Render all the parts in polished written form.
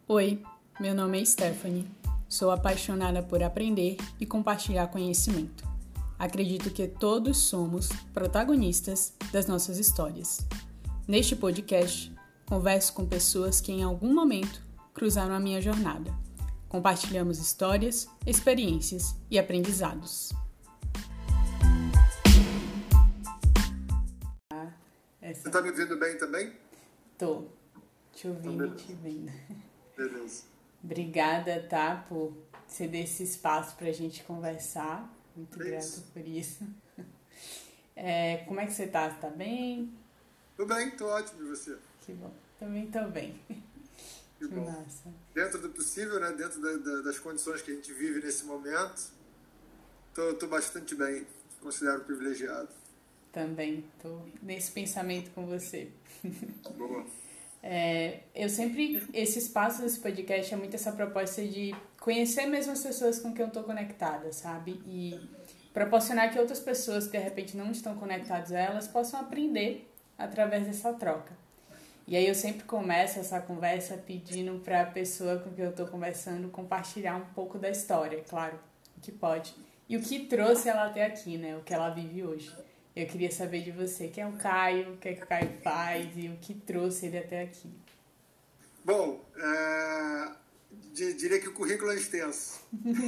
Oi, meu nome é Stephanie. Sou apaixonada por aprender e compartilhar conhecimento. Acredito que todos somos protagonistas das nossas histórias. Neste podcast, converso com pessoas que em algum momento cruzaram a minha jornada. Compartilhamos histórias, experiências e aprendizados. Você está me ouvindo bem também? Tô te ouvindo e te vendo. Beleza. Obrigada, tá, por ceder esse espaço para a gente conversar. Muito grata Isso. por isso. Como é que você tá? Você tá bem? Tô bem, tô ótimo, e você? Que bom. Também tô bem. Que bom. Massa. Dentro do possível, né? Dentro das condições que a gente vive nesse momento, tô bastante bem. Considero privilegiado. Também tô nesse pensamento com você. Boa. Esse espaço desse podcast é muito essa proposta de conhecer mesmo as pessoas com quem eu tô conectada, sabe? E proporcionar que outras pessoas que de repente não estão conectadas a elas possam aprender através dessa troca. E aí eu sempre começo essa conversa pedindo para a pessoa com quem eu tô conversando compartilhar um pouco da história, claro, o que pode. E o que trouxe ela até aqui, né? O que ela vive hoje. Eu queria saber de você, quem é o Caio, o que é que o Caio faz e o que trouxe ele até aqui. Bom, diria que o currículo é extenso.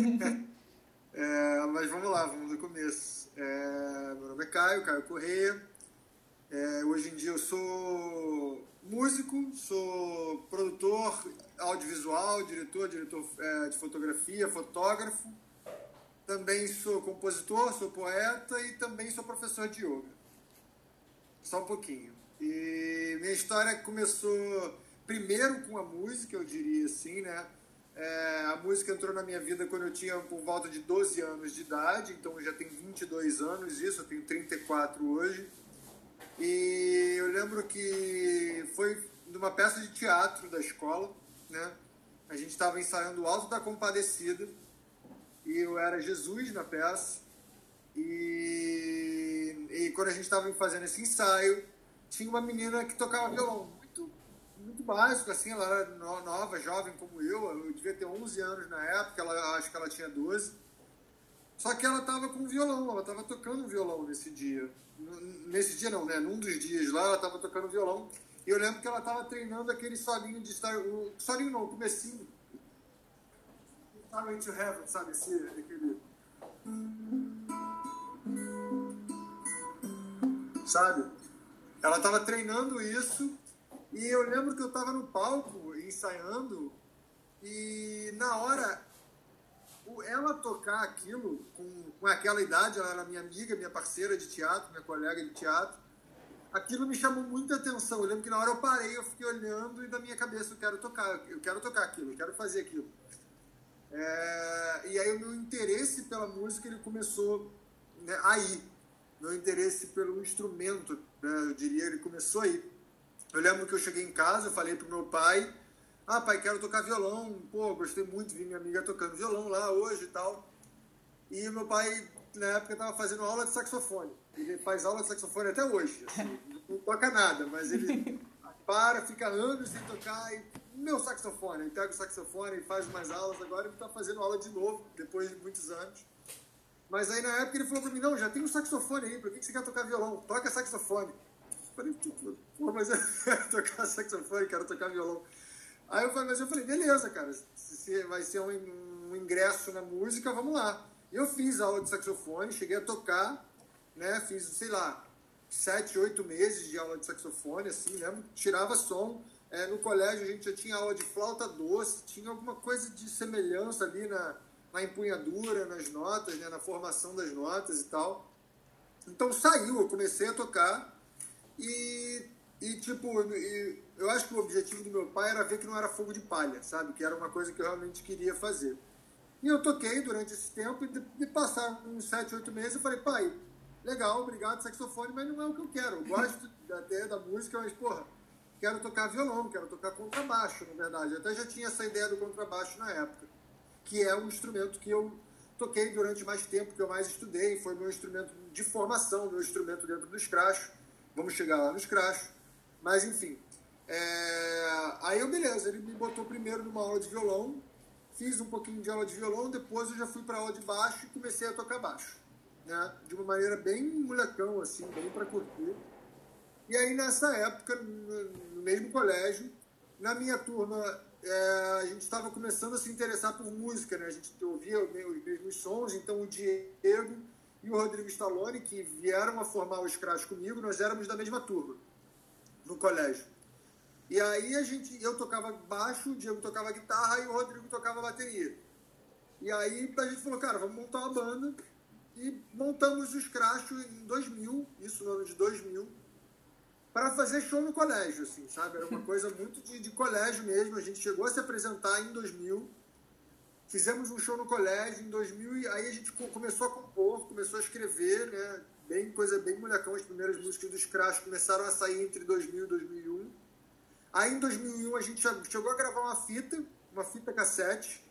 Mas vamos lá, vamos do começo. Meu nome é Caio Correia. Hoje em dia eu sou músico, sou produtor audiovisual, diretor de fotografia, fotógrafo. Também sou compositor, sou poeta e também sou professor de yoga. Só um pouquinho. E minha história começou primeiro com a música, eu diria assim, né? A música entrou na minha vida quando eu tinha por volta de 12 anos de idade, então eu já tenho 22 anos isso, eu tenho 34 hoje. E eu lembro que foi numa peça de teatro da escola, né? A gente estava ensaiando o Alto da Compadecida, e eu era Jesus na peça, e quando a gente estava fazendo esse ensaio, tinha uma menina que tocava violão, muito básico, assim, ela era nova, jovem como eu devia ter 11 anos na época, acho que ela tinha 12, só que ela estava com violão, ela estava tocando violão nesse dia não, né, num dos dias lá, ela estava tocando violão, e eu lembro que ela estava treinando aquele solinho solinho não, o comecinho, Starway to Heaven, sabe? Aquele... Sabe? Ela estava treinando isso e eu lembro que eu estava no palco ensaiando e na hora ela tocar aquilo com aquela idade, ela era minha amiga, minha parceira de teatro, minha colega de teatro, aquilo me chamou muita atenção. Eu lembro que na hora eu parei, eu fiquei olhando e da minha cabeça eu quero tocar aquilo, eu quero fazer aquilo. E aí o meu interesse pela música ele começou, né, aí. Meu interesse pelo instrumento, né, eu diria, ele começou aí. Eu lembro que eu cheguei em casa, eu falei pro meu pai, pai, quero tocar violão, pô, gostei muito de ver minha amiga tocando violão lá hoje e tal. E meu pai, na época, estava fazendo aula de saxofone. Ele faz aula de saxofone até hoje, assim, não toca nada, mas ele fica anos sem tocar e meu saxofone, ele pega o saxofone e faz umas aulas, agora ele está fazendo aula de novo, depois de muitos anos. Mas aí na época ele falou para mim, não, já tem um saxofone aí, por que você quer tocar violão? Toca saxofone. Eu falei, pô, mas eu quero tocar saxofone, quero tocar violão. Aí eu falei, beleza, cara, se vai ser um ingresso na música, vamos lá. E eu fiz aula de saxofone, cheguei a tocar, né, fiz, sei lá, 7, 8 meses de aula de saxofone, assim, lembro, tirava som. No colégio a gente já tinha aula de flauta doce, tinha alguma coisa de semelhança ali na empunhadura, nas notas, né, na formação das notas e tal. Então saiu, eu comecei a tocar e eu acho que o objetivo do meu pai era ver que não era fogo de palha, sabe? Que era uma coisa que eu realmente queria fazer. E eu toquei durante esse tempo e de passar uns 7, 8 meses eu falei, pai, legal, obrigado, saxofone, mas não é o que eu quero. Eu gosto até da música, mas porra, quero tocar violão, quero tocar contrabaixo, na verdade. Eu até já tinha essa ideia do contrabaixo na época, que é um instrumento que eu toquei durante mais tempo, que eu mais estudei, foi meu instrumento de formação, meu instrumento dentro do scratch. Vamos chegar lá no scratch. Mas, enfim, Aí beleza, ele me botou primeiro numa aula de violão, fiz um pouquinho de aula de violão, depois eu já fui para aula de baixo e comecei a tocar baixo, né? De uma maneira bem molecão, assim, bem para curtir. E aí nessa época, no mesmo colégio, na minha turma, a gente estava começando a se interessar por música, né? A gente ouvia os mesmos sons, então o Diego e o Rodrigo Stallone, que vieram a formar o Scratch comigo, nós éramos da mesma turma, no colégio. E aí eu tocava baixo, o Diego tocava guitarra e o Rodrigo tocava bateria. E aí a gente falou, cara, vamos montar uma banda. E montamos o Scratch em 2000, isso no ano de 2000, para fazer show no colégio, assim, sabe? Era uma coisa muito de colégio mesmo. A gente chegou a se apresentar em 2000, fizemos um show no colégio em 2000 e aí a gente começou a compor, começou a escrever, né? Coisa bem molecão. As primeiras músicas do Scratch começaram a sair entre 2000 e 2001. Aí em 2001 a gente chegou a gravar uma fita cassete.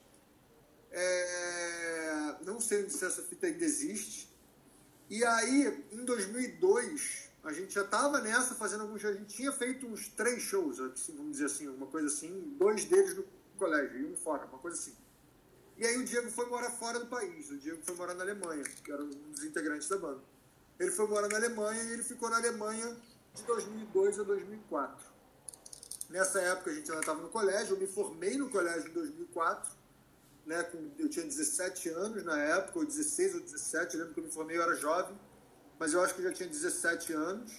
Não sei se essa fita ainda existe. E aí em 2002 a gente já estava nessa, fazendo alguns shows. A gente tinha feito uns 3 shows, assim, vamos dizer assim, uma coisa assim, 2 deles no colégio e um fora, uma coisa assim. E aí o Diego foi morar fora do país. O Diego foi morar na Alemanha, que era um dos integrantes da banda. Ele foi morar na Alemanha e ele ficou na Alemanha de 2002 a 2004. Nessa época a gente ainda estava no colégio, eu me formei no colégio em 2004, né, eu tinha 17 anos na época, ou 16 ou 17, eu lembro que eu me formei, eu era jovem, mas eu acho que eu já tinha 17 anos.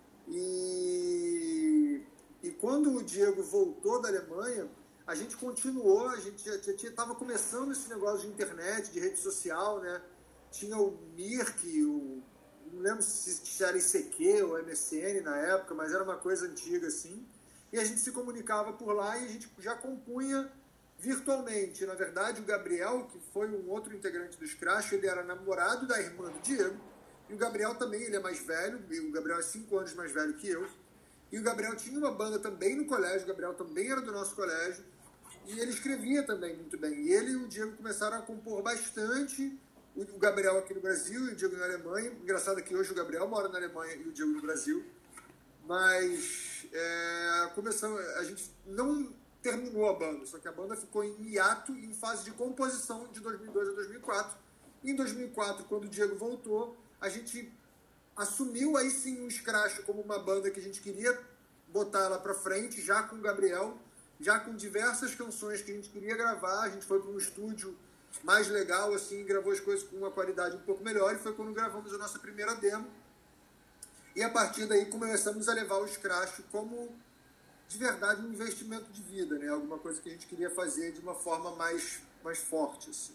E quando o Diego voltou da Alemanha, a gente continuou, a gente já estava começando esse negócio de internet, de rede social, né? Tinha o Mirk, não lembro se era ICQ ou MSN na época, mas era uma coisa antiga assim. E a gente se comunicava por lá e a gente já compunha virtualmente. Na verdade, o Gabriel, que foi um outro integrante do Scratch, ele era namorado da irmã do Diego. E o Gabriel também, ele é mais velho, o Gabriel é 5 anos mais velho que eu. E o Gabriel tinha uma banda também no colégio, o Gabriel também era do nosso colégio. E ele escrevia também muito bem. E ele e o Diego começaram a compor bastante. O Gabriel aqui no Brasil e o Diego na Alemanha. Engraçado é que hoje o Gabriel mora na Alemanha e o Diego no Brasil. Mas a gente não terminou a banda, só que a banda ficou em hiato, em fase de composição de 2002 a 2004. E em 2004, quando o Diego voltou, a gente assumiu aí sim o Scratch como uma banda que a gente queria botar ela pra frente, já com o Gabriel, já com diversas canções que a gente queria gravar. A gente foi para um estúdio mais legal, assim, gravou as coisas com uma qualidade um pouco melhor, e foi quando gravamos a nossa primeira demo. E a partir daí começamos a levar o Scratch como, de verdade, um investimento de vida, né? Alguma coisa que a gente queria fazer de uma forma mais forte, assim.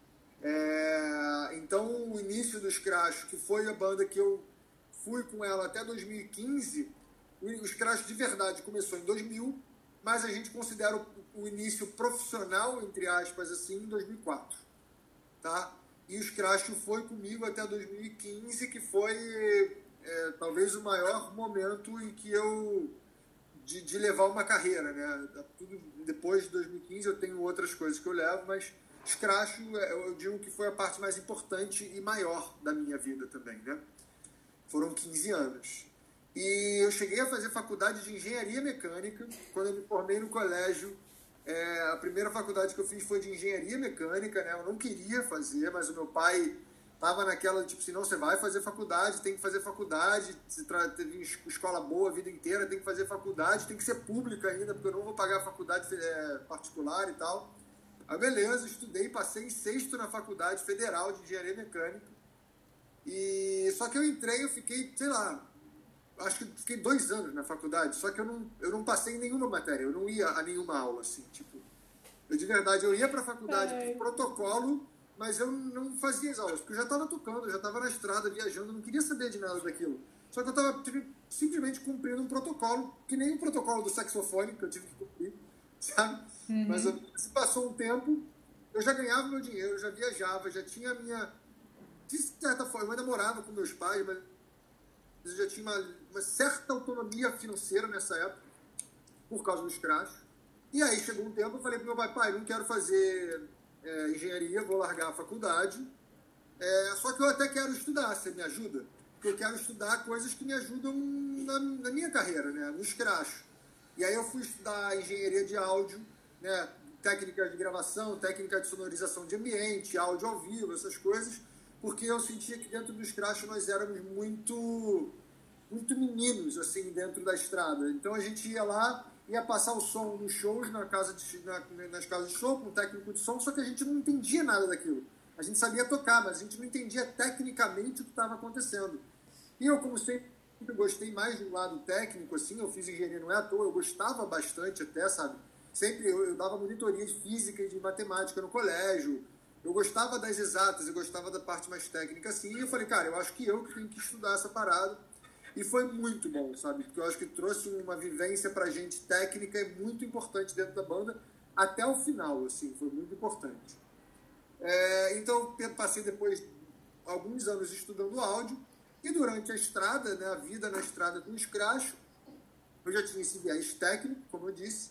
Então, o início do Scratch, que foi a banda que eu fui com ela até 2015, o Scratch de verdade começou em 2000, mas a gente considera o início profissional, entre aspas, assim, em 2004, tá? E o Scratch foi comigo até 2015, que foi talvez o maior momento em que eu de levar uma carreira, né? Tudo, depois de 2015 eu tenho outras coisas que eu levo, mas Scratch eu digo que foi a parte mais importante e maior da minha vida também, né? Foram 15 anos. E eu cheguei a fazer faculdade de engenharia mecânica. Quando eu me formei no colégio, a primeira faculdade que eu fiz foi de engenharia mecânica, né? Eu não queria fazer, mas o meu pai estava naquela, tipo assim, não, você vai fazer faculdade, tem que fazer faculdade, teve escola boa a vida inteira, tem que fazer faculdade, tem que ser pública ainda, porque eu não vou pagar a faculdade particular e tal. Aí beleza, estudei, passei em 6º na faculdade federal de engenharia mecânica. E só que eu entrei, eu fiquei, sei lá, acho que fiquei 2 anos na faculdade, só que eu não passei em nenhuma matéria, eu não ia a nenhuma aula, assim, tipo, de verdade, eu ia pra faculdade por protocolo, mas eu não fazia as aulas, porque eu já estava tocando, eu já estava na estrada, viajando, eu não queria saber de nada daquilo. Só que eu estava simplesmente cumprindo um protocolo, que nem o protocolo do saxofone, que eu tive que cumprir, sabe? Uhum. Mas se passou um tempo, eu já ganhava meu dinheiro, eu já viajava, já tinha a minha... De certa forma, eu ainda morava com meus pais, mas eu já tinha uma certa autonomia financeira nessa época, por causa do Scratch. E aí chegou um tempo, eu falei pro meu pai, não quero fazer engenharia, vou largar a faculdade, só que eu até quero estudar, você me ajuda? Porque eu quero estudar coisas que me ajudam na minha carreira, né, no Scratch. E aí eu fui estudar engenharia de áudio, né, técnica de gravação, técnica de sonorização de ambiente, áudio ao vivo, essas coisas, porque eu sentia que dentro do Scratch nós éramos muito meninos, assim, dentro da estrada. Então a gente ia lá, ia passar o som nos shows, nas casas de show, com o técnico de som, só que a gente não entendia nada daquilo. A gente sabia tocar, mas a gente não entendia tecnicamente o que estava acontecendo. E eu, como sempre gostei mais de um lado técnico, assim, eu fiz engenharia, não é à toa, eu gostava bastante até, sabe? Sempre eu dava monitoria de física e de matemática no colégio, eu gostava das exatas, eu gostava da parte mais técnica, assim, e eu falei, cara, eu acho que eu tenho que estudar essa parada. E foi muito bom, sabe? Porque eu acho que trouxe uma vivência pra gente técnica e muito importante dentro da banda, até o final, assim, foi muito importante. Então, eu passei depois alguns anos estudando áudio, e durante a estrada, né, a vida na estrada com o Scratch, eu já tinha esse viés técnico, como eu disse,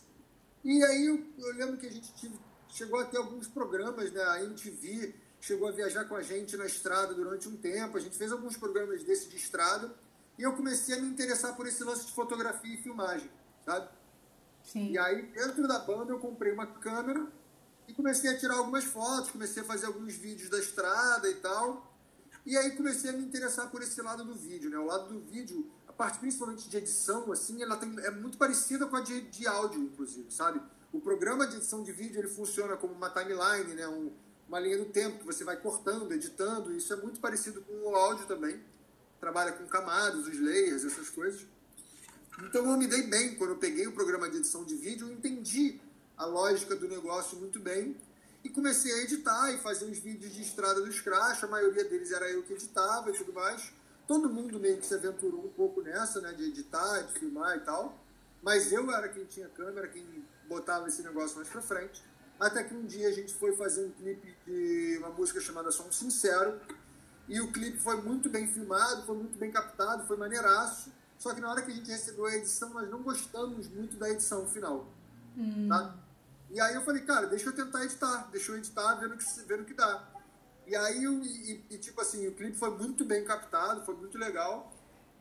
e aí eu lembro que a gente chegou a ter alguns programas, né, a MTV chegou a viajar com a gente na estrada durante um tempo, a gente fez alguns programas desse de estrada, e eu comecei a me interessar por esse lance de fotografia e filmagem, sabe? Sim. E aí, dentro da banda, eu comprei uma câmera e comecei a tirar algumas fotos, comecei a fazer alguns vídeos da estrada e tal. E aí comecei a me interessar por esse lado do vídeo, né? O lado do vídeo, a parte principalmente de edição, assim, é muito parecida com a de áudio, inclusive, sabe? O programa de edição de vídeo, ele funciona como uma timeline, né? Uma linha do tempo que você vai cortando, editando. Isso é muito parecido com o áudio também. Trabalha com camadas, os layers, essas coisas. Então eu me dei bem quando eu peguei o programa de edição de vídeo, eu entendi a lógica do negócio muito bem e comecei a editar e fazer os vídeos de estrada do Scratch, a maioria deles era eu que editava e tudo mais. Todo mundo meio que se aventurou um pouco nessa, né, de editar, de filmar e tal, mas eu era quem tinha câmera, quem botava esse negócio mais pra frente. Até que um dia a gente foi fazer um clipe de uma música chamada Som Sincero, e o clipe foi muito bem filmado, foi muito bem captado, foi maneiraço. Só que na hora que a gente recebeu a edição, nós não gostamos muito da edição final. Tá? E aí eu falei, cara, deixa eu tentar editar. Deixa eu editar, vendo o que dá. E aí, tipo assim, o clipe foi muito bem captado, foi muito legal.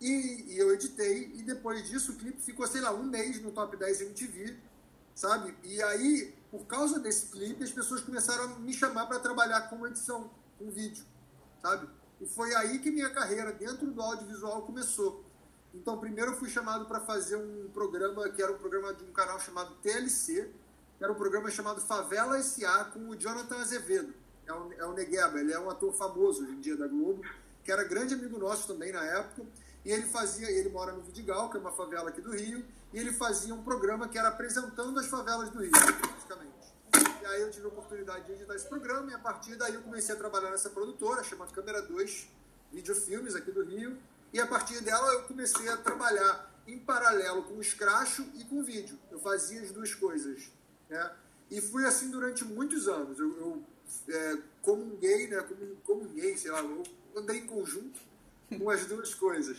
E eu editei. E depois disso, o clipe ficou, sei lá, um mês no Top 10 MTV, sabe? E aí, por causa desse clipe, as pessoas começaram a me chamar para trabalhar com edição, com vídeo, sabe? E foi aí que minha carreira dentro do audiovisual começou. Então, primeiro eu fui chamado para fazer um programa, que era um programa de um canal chamado TLC, que era um programa chamado Favela S.A. com o Jonathan Azevedo. É o Negueba, ele é um ator famoso hoje em dia da Globo, que era grande amigo nosso também na época. E ele mora no Vidigal, que é uma favela aqui do Rio, e ele fazia um programa que era apresentando as favelas do Rio, basicamente. E aí eu tive a oportunidade de editar esse programa, e a partir daí eu comecei a trabalhar nessa produtora, chamada Câmera 2 Videofilmes, aqui do Rio. E a partir dela eu comecei a trabalhar em paralelo com o Scratch e com o vídeo. Eu fazia as duas coisas, né? E fui assim durante muitos anos. Eu comunguei, né? Comunguei, sei lá, eu andei em conjunto com as duas coisas.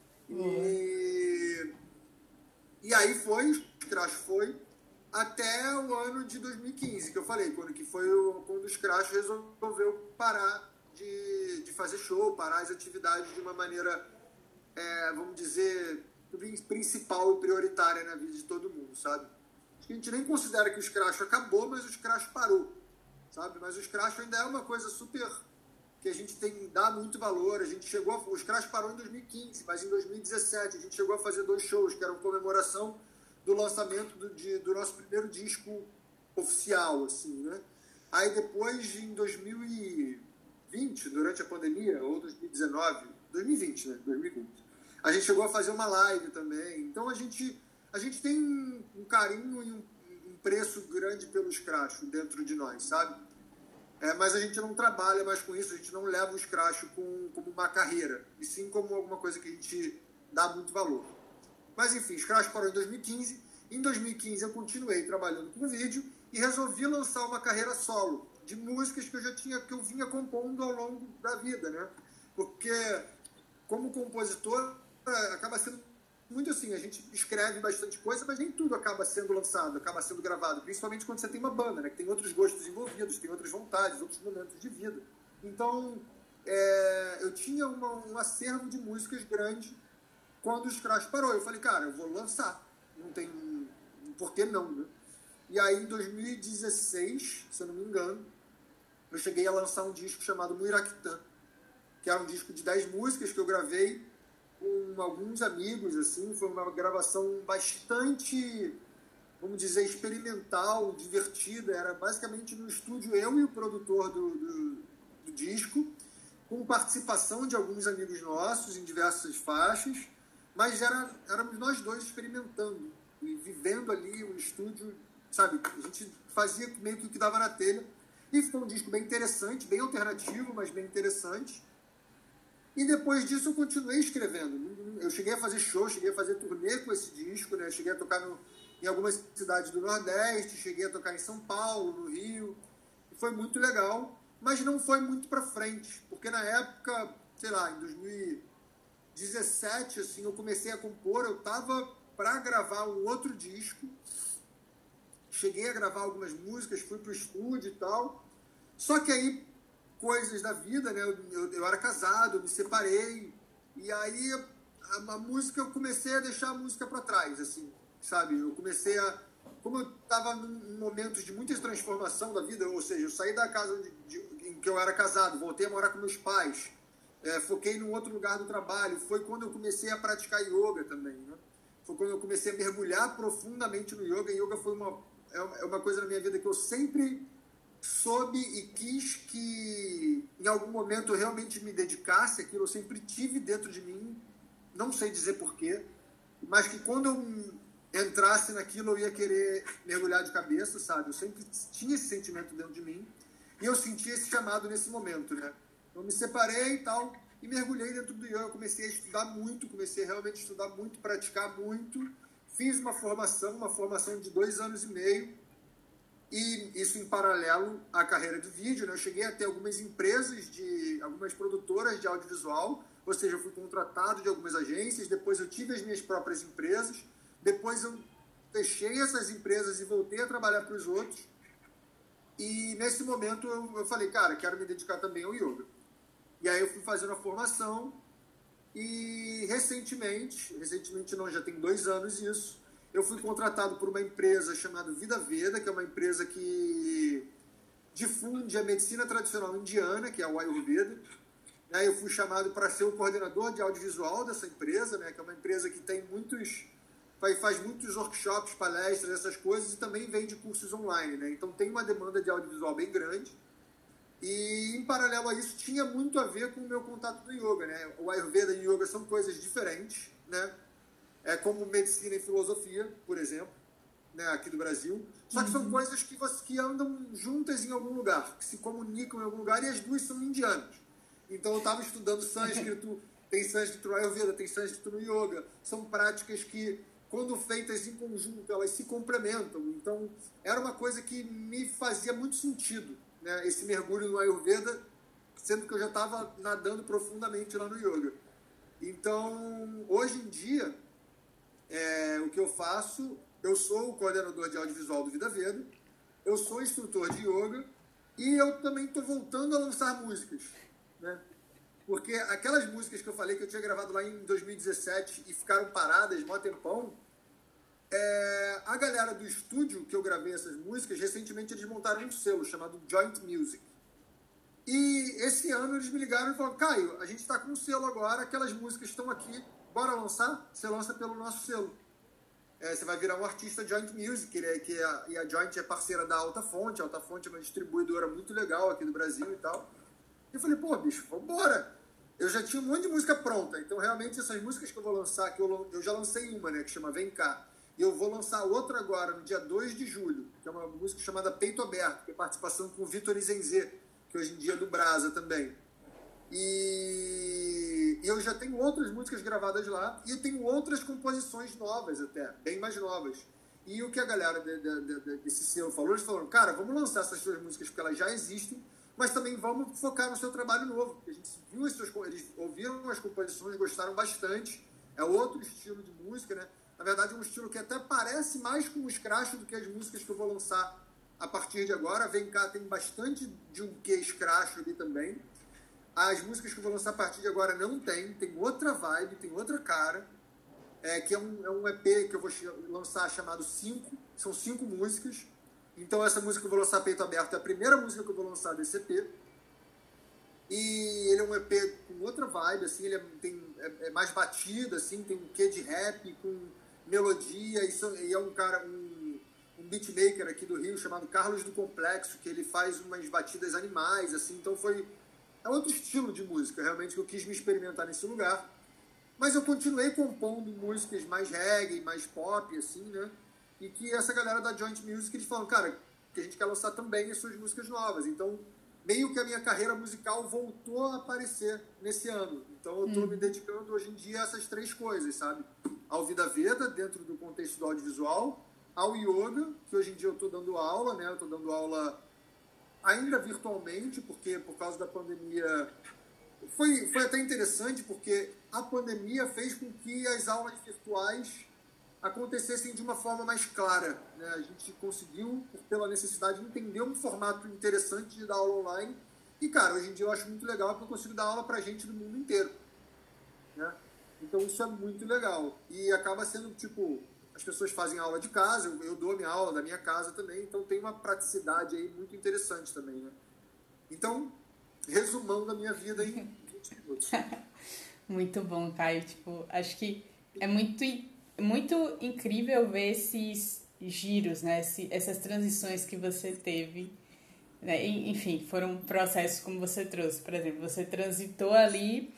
E aí o Scratch foi até o ano de 2015, que eu falei, quando o Scratch resolveu parar de fazer show, parar as atividades de uma maneira, vamos dizer, principal e prioritária na vida de todo mundo, sabe? Acho que a gente nem considera que o Scratch acabou, mas o Scratch parou, sabe? Mas o Scratch ainda é uma coisa super que a gente dá muito valor. O Scratch parou em 2015, mas em 2017 a gente chegou a fazer 2 shows, que eram comemoração do lançamento do nosso primeiro disco oficial, assim, né? Aí depois, em 2020, durante a pandemia, ou 2020, né? 2020. A gente chegou a fazer uma live também. Então a gente tem um carinho e um preço grande pelo Scratch dentro de nós, sabe? Mas a gente não trabalha mais com isso, a gente não leva o Scratch como uma carreira, e sim como alguma coisa que a gente dá muito valor. Mas enfim, Scratch parou em 2015. Em 2015 eu continuei trabalhando com vídeo e resolvi lançar uma carreira solo de músicas que eu vinha compondo ao longo da vida, né? Porque como compositor acaba sendo muito assim, a gente escreve bastante coisa, mas nem tudo acaba sendo lançado, acaba sendo gravado, principalmente quando você tem uma banda, né? Que tem outros gostos envolvidos, tem outras vontades, outros momentos de vida. Então, eu tinha um acervo de músicas grande quando o Scratch parou. Eu falei, cara, eu vou lançar. por que não, né? E aí, em 2016, se eu não me engano, eu cheguei a lançar um disco chamado Muiraquitã, que era um disco de 10 músicas que eu gravei com alguns amigos, assim. Foi uma gravação bastante, vamos dizer, experimental, divertida. Era basicamente no estúdio eu e o produtor do disco, com participação de alguns amigos nossos em diversas faixas, mas éramos nós dois experimentando e vivendo ali o estúdio, sabe? A gente fazia meio que o que dava na telha. E ficou um disco bem interessante, bem alternativo, mas bem interessante. E depois disso eu continuei escrevendo. Eu cheguei a fazer show, cheguei a fazer turnê com esse disco, né? Cheguei a tocar em algumas cidades do Nordeste, cheguei a tocar em São Paulo, no Rio. E foi muito legal, mas não foi muito pra frente, porque na época, sei lá, em 2017, assim, eu comecei a compor, eu tava para gravar um outro disco, cheguei a gravar algumas músicas, fui pro estúdio e tal, só que aí, coisas da vida, né, eu era casado, eu me separei, e aí a música, eu comecei a deixar a música para trás, assim, sabe, eu comecei a, como eu estava em momentos de muita transformação da vida, ou seja, eu saí da casa em que eu era casado, voltei a morar com meus pais, foquei num outro lugar do trabalho, foi quando eu comecei a praticar yoga também, né? Foi quando eu comecei a mergulhar profundamente no yoga. Yoga foi uma coisa na minha vida que eu sempre soube e quis que em algum momento eu realmente me dedicasse àquilo. Eu sempre tive dentro de mim, não sei dizer porquê, mas que quando eu entrasse naquilo eu ia querer mergulhar de cabeça, sabe? Eu sempre tinha esse sentimento dentro de mim e eu senti esse chamado nesse momento, né? Eu me separei e tal, e mergulhei dentro do yoga. Eu comecei a estudar muito, comecei a realmente estudar muito, praticar muito. Fiz uma formação de 2 anos e meio, e isso em paralelo à carreira de vídeo, né? Eu cheguei a ter algumas empresas, algumas produtoras de audiovisual, ou seja, eu fui contratado de algumas agências, depois eu tive as minhas próprias empresas, depois eu fechei essas empresas e voltei a trabalhar para os outros. E nesse momento eu falei, cara, quero me dedicar também ao yoga. E aí eu fui fazendo a formação e recentemente não, já tem 2 anos isso, eu fui contratado por uma empresa chamada Vida Veda, que é uma empresa que difunde a medicina tradicional indiana, que é o Ayurveda. Aí eu fui chamado para ser o coordenador de audiovisual dessa empresa, né, que é uma empresa que tem faz muitos workshops, palestras, essas coisas, e também vende cursos online, né? Então tem uma demanda de audiovisual bem grande. E, em paralelo a isso, tinha muito a ver com o meu contato do yoga, né? O Ayurveda e o yoga são coisas diferentes, né? É como medicina e filosofia, por exemplo, né? Aqui do Brasil. Só que são coisas que andam juntas em algum lugar, que se comunicam em algum lugar, e as duas são indianas. Então, eu estava estudando sânscrito, tem sânscrito no Ayurveda, tem sânscrito no yoga. São práticas que, quando feitas em conjunto, elas se complementam. Então, era uma coisa que me fazia muito sentido, né, esse mergulho no Ayurveda, sendo que eu já estava nadando profundamente lá no yoga. Então, hoje em dia, o que eu faço, eu sou o coordenador de audiovisual do Vida Veda, eu sou instrutor de yoga e eu também estou voltando a lançar músicas, né? Porque aquelas músicas que eu falei que eu tinha gravado lá em 2017 e ficaram paradas mó tempão, a galera do estúdio que eu gravei essas músicas, recentemente eles montaram um selo chamado Joint Music. E esse ano eles me ligaram e falaram, Caio, a gente está com um selo agora, aquelas músicas estão aqui, bora lançar? Você lança pelo nosso selo. Você vai virar um artista Joint Music, e a Joint é parceira da Alta Fonte. A Alta Fonte é uma distribuidora muito legal aqui do Brasil e tal. E eu falei, pô, bicho, vambora. Eu já tinha um monte de música pronta, então realmente essas músicas que eu vou lançar, que eu já lancei uma, né, que chama Vem Cá. E eu vou lançar outra agora, no dia 2 de julho, que é uma música chamada Peito Aberto, que é participação com o Vitor Izenzê, que hoje em dia é do Brasa também. E eu já tenho outras músicas gravadas lá, e tenho outras composições novas até, bem mais novas. E o que a galera desse selo falou, eles falaram, cara, vamos lançar essas suas músicas porque elas já existem, mas também vamos focar no seu trabalho novo. Porque a gente viu eles ouviram as composições, gostaram bastante, é outro estilo de música, né? Na verdade, é um estilo que até parece mais com o scratch do que as músicas que eu vou lançar a partir de agora. Vem Cá tem bastante de um quê scratch ali também. As músicas que eu vou lançar a partir de agora não tem outra vibe, tem outra cara. que é um EP que eu vou lançar chamado 5, são 5 músicas. Então essa música que eu vou lançar, Peito Aberto, é a primeira música que eu vou lançar desse EP. E ele é um EP com outra vibe, assim, ele é mais batido, assim, tem um quê de rap, com melodia, e é um cara, um beatmaker aqui do Rio, chamado Carlos do Complexo, que ele faz umas batidas animais, assim, então é outro estilo de música, realmente, que eu quis me experimentar nesse lugar. Mas eu continuei compondo músicas mais reggae, mais pop, assim, né? E que essa galera da Joint Music, eles falam, cara, que a gente quer lançar também as suas músicas novas. Então, meio que a minha carreira musical voltou a aparecer nesse ano. Então, eu estou me dedicando hoje em dia a essas 3 coisas, sabe? Ao Vida Veda, dentro do contexto do audiovisual, ao yoga, que hoje em dia eu estou dando aula, né? Eu estou dando aula ainda virtualmente, porque por causa da pandemia... Foi até interessante, porque a pandemia fez com que as aulas virtuais acontecessem de uma forma mais clara, né? A gente conseguiu, pela necessidade, entender um formato interessante de dar aula online. E, cara, hoje em dia eu acho muito legal porque eu consigo dar aula pra gente do mundo inteiro, né? Então isso é muito legal. E acaba sendo, tipo, as pessoas fazem aula de casa, eu dou a minha aula da minha casa também, então tem uma praticidade aí muito interessante também, né? Então, resumão da minha vida em 20 minutos. Muito bom, Caio. Tipo, acho que é muito incrível ver esses giros, né? Essas transições que você teve, né? Enfim, foram processos como você trouxe. Por exemplo, você transitou ali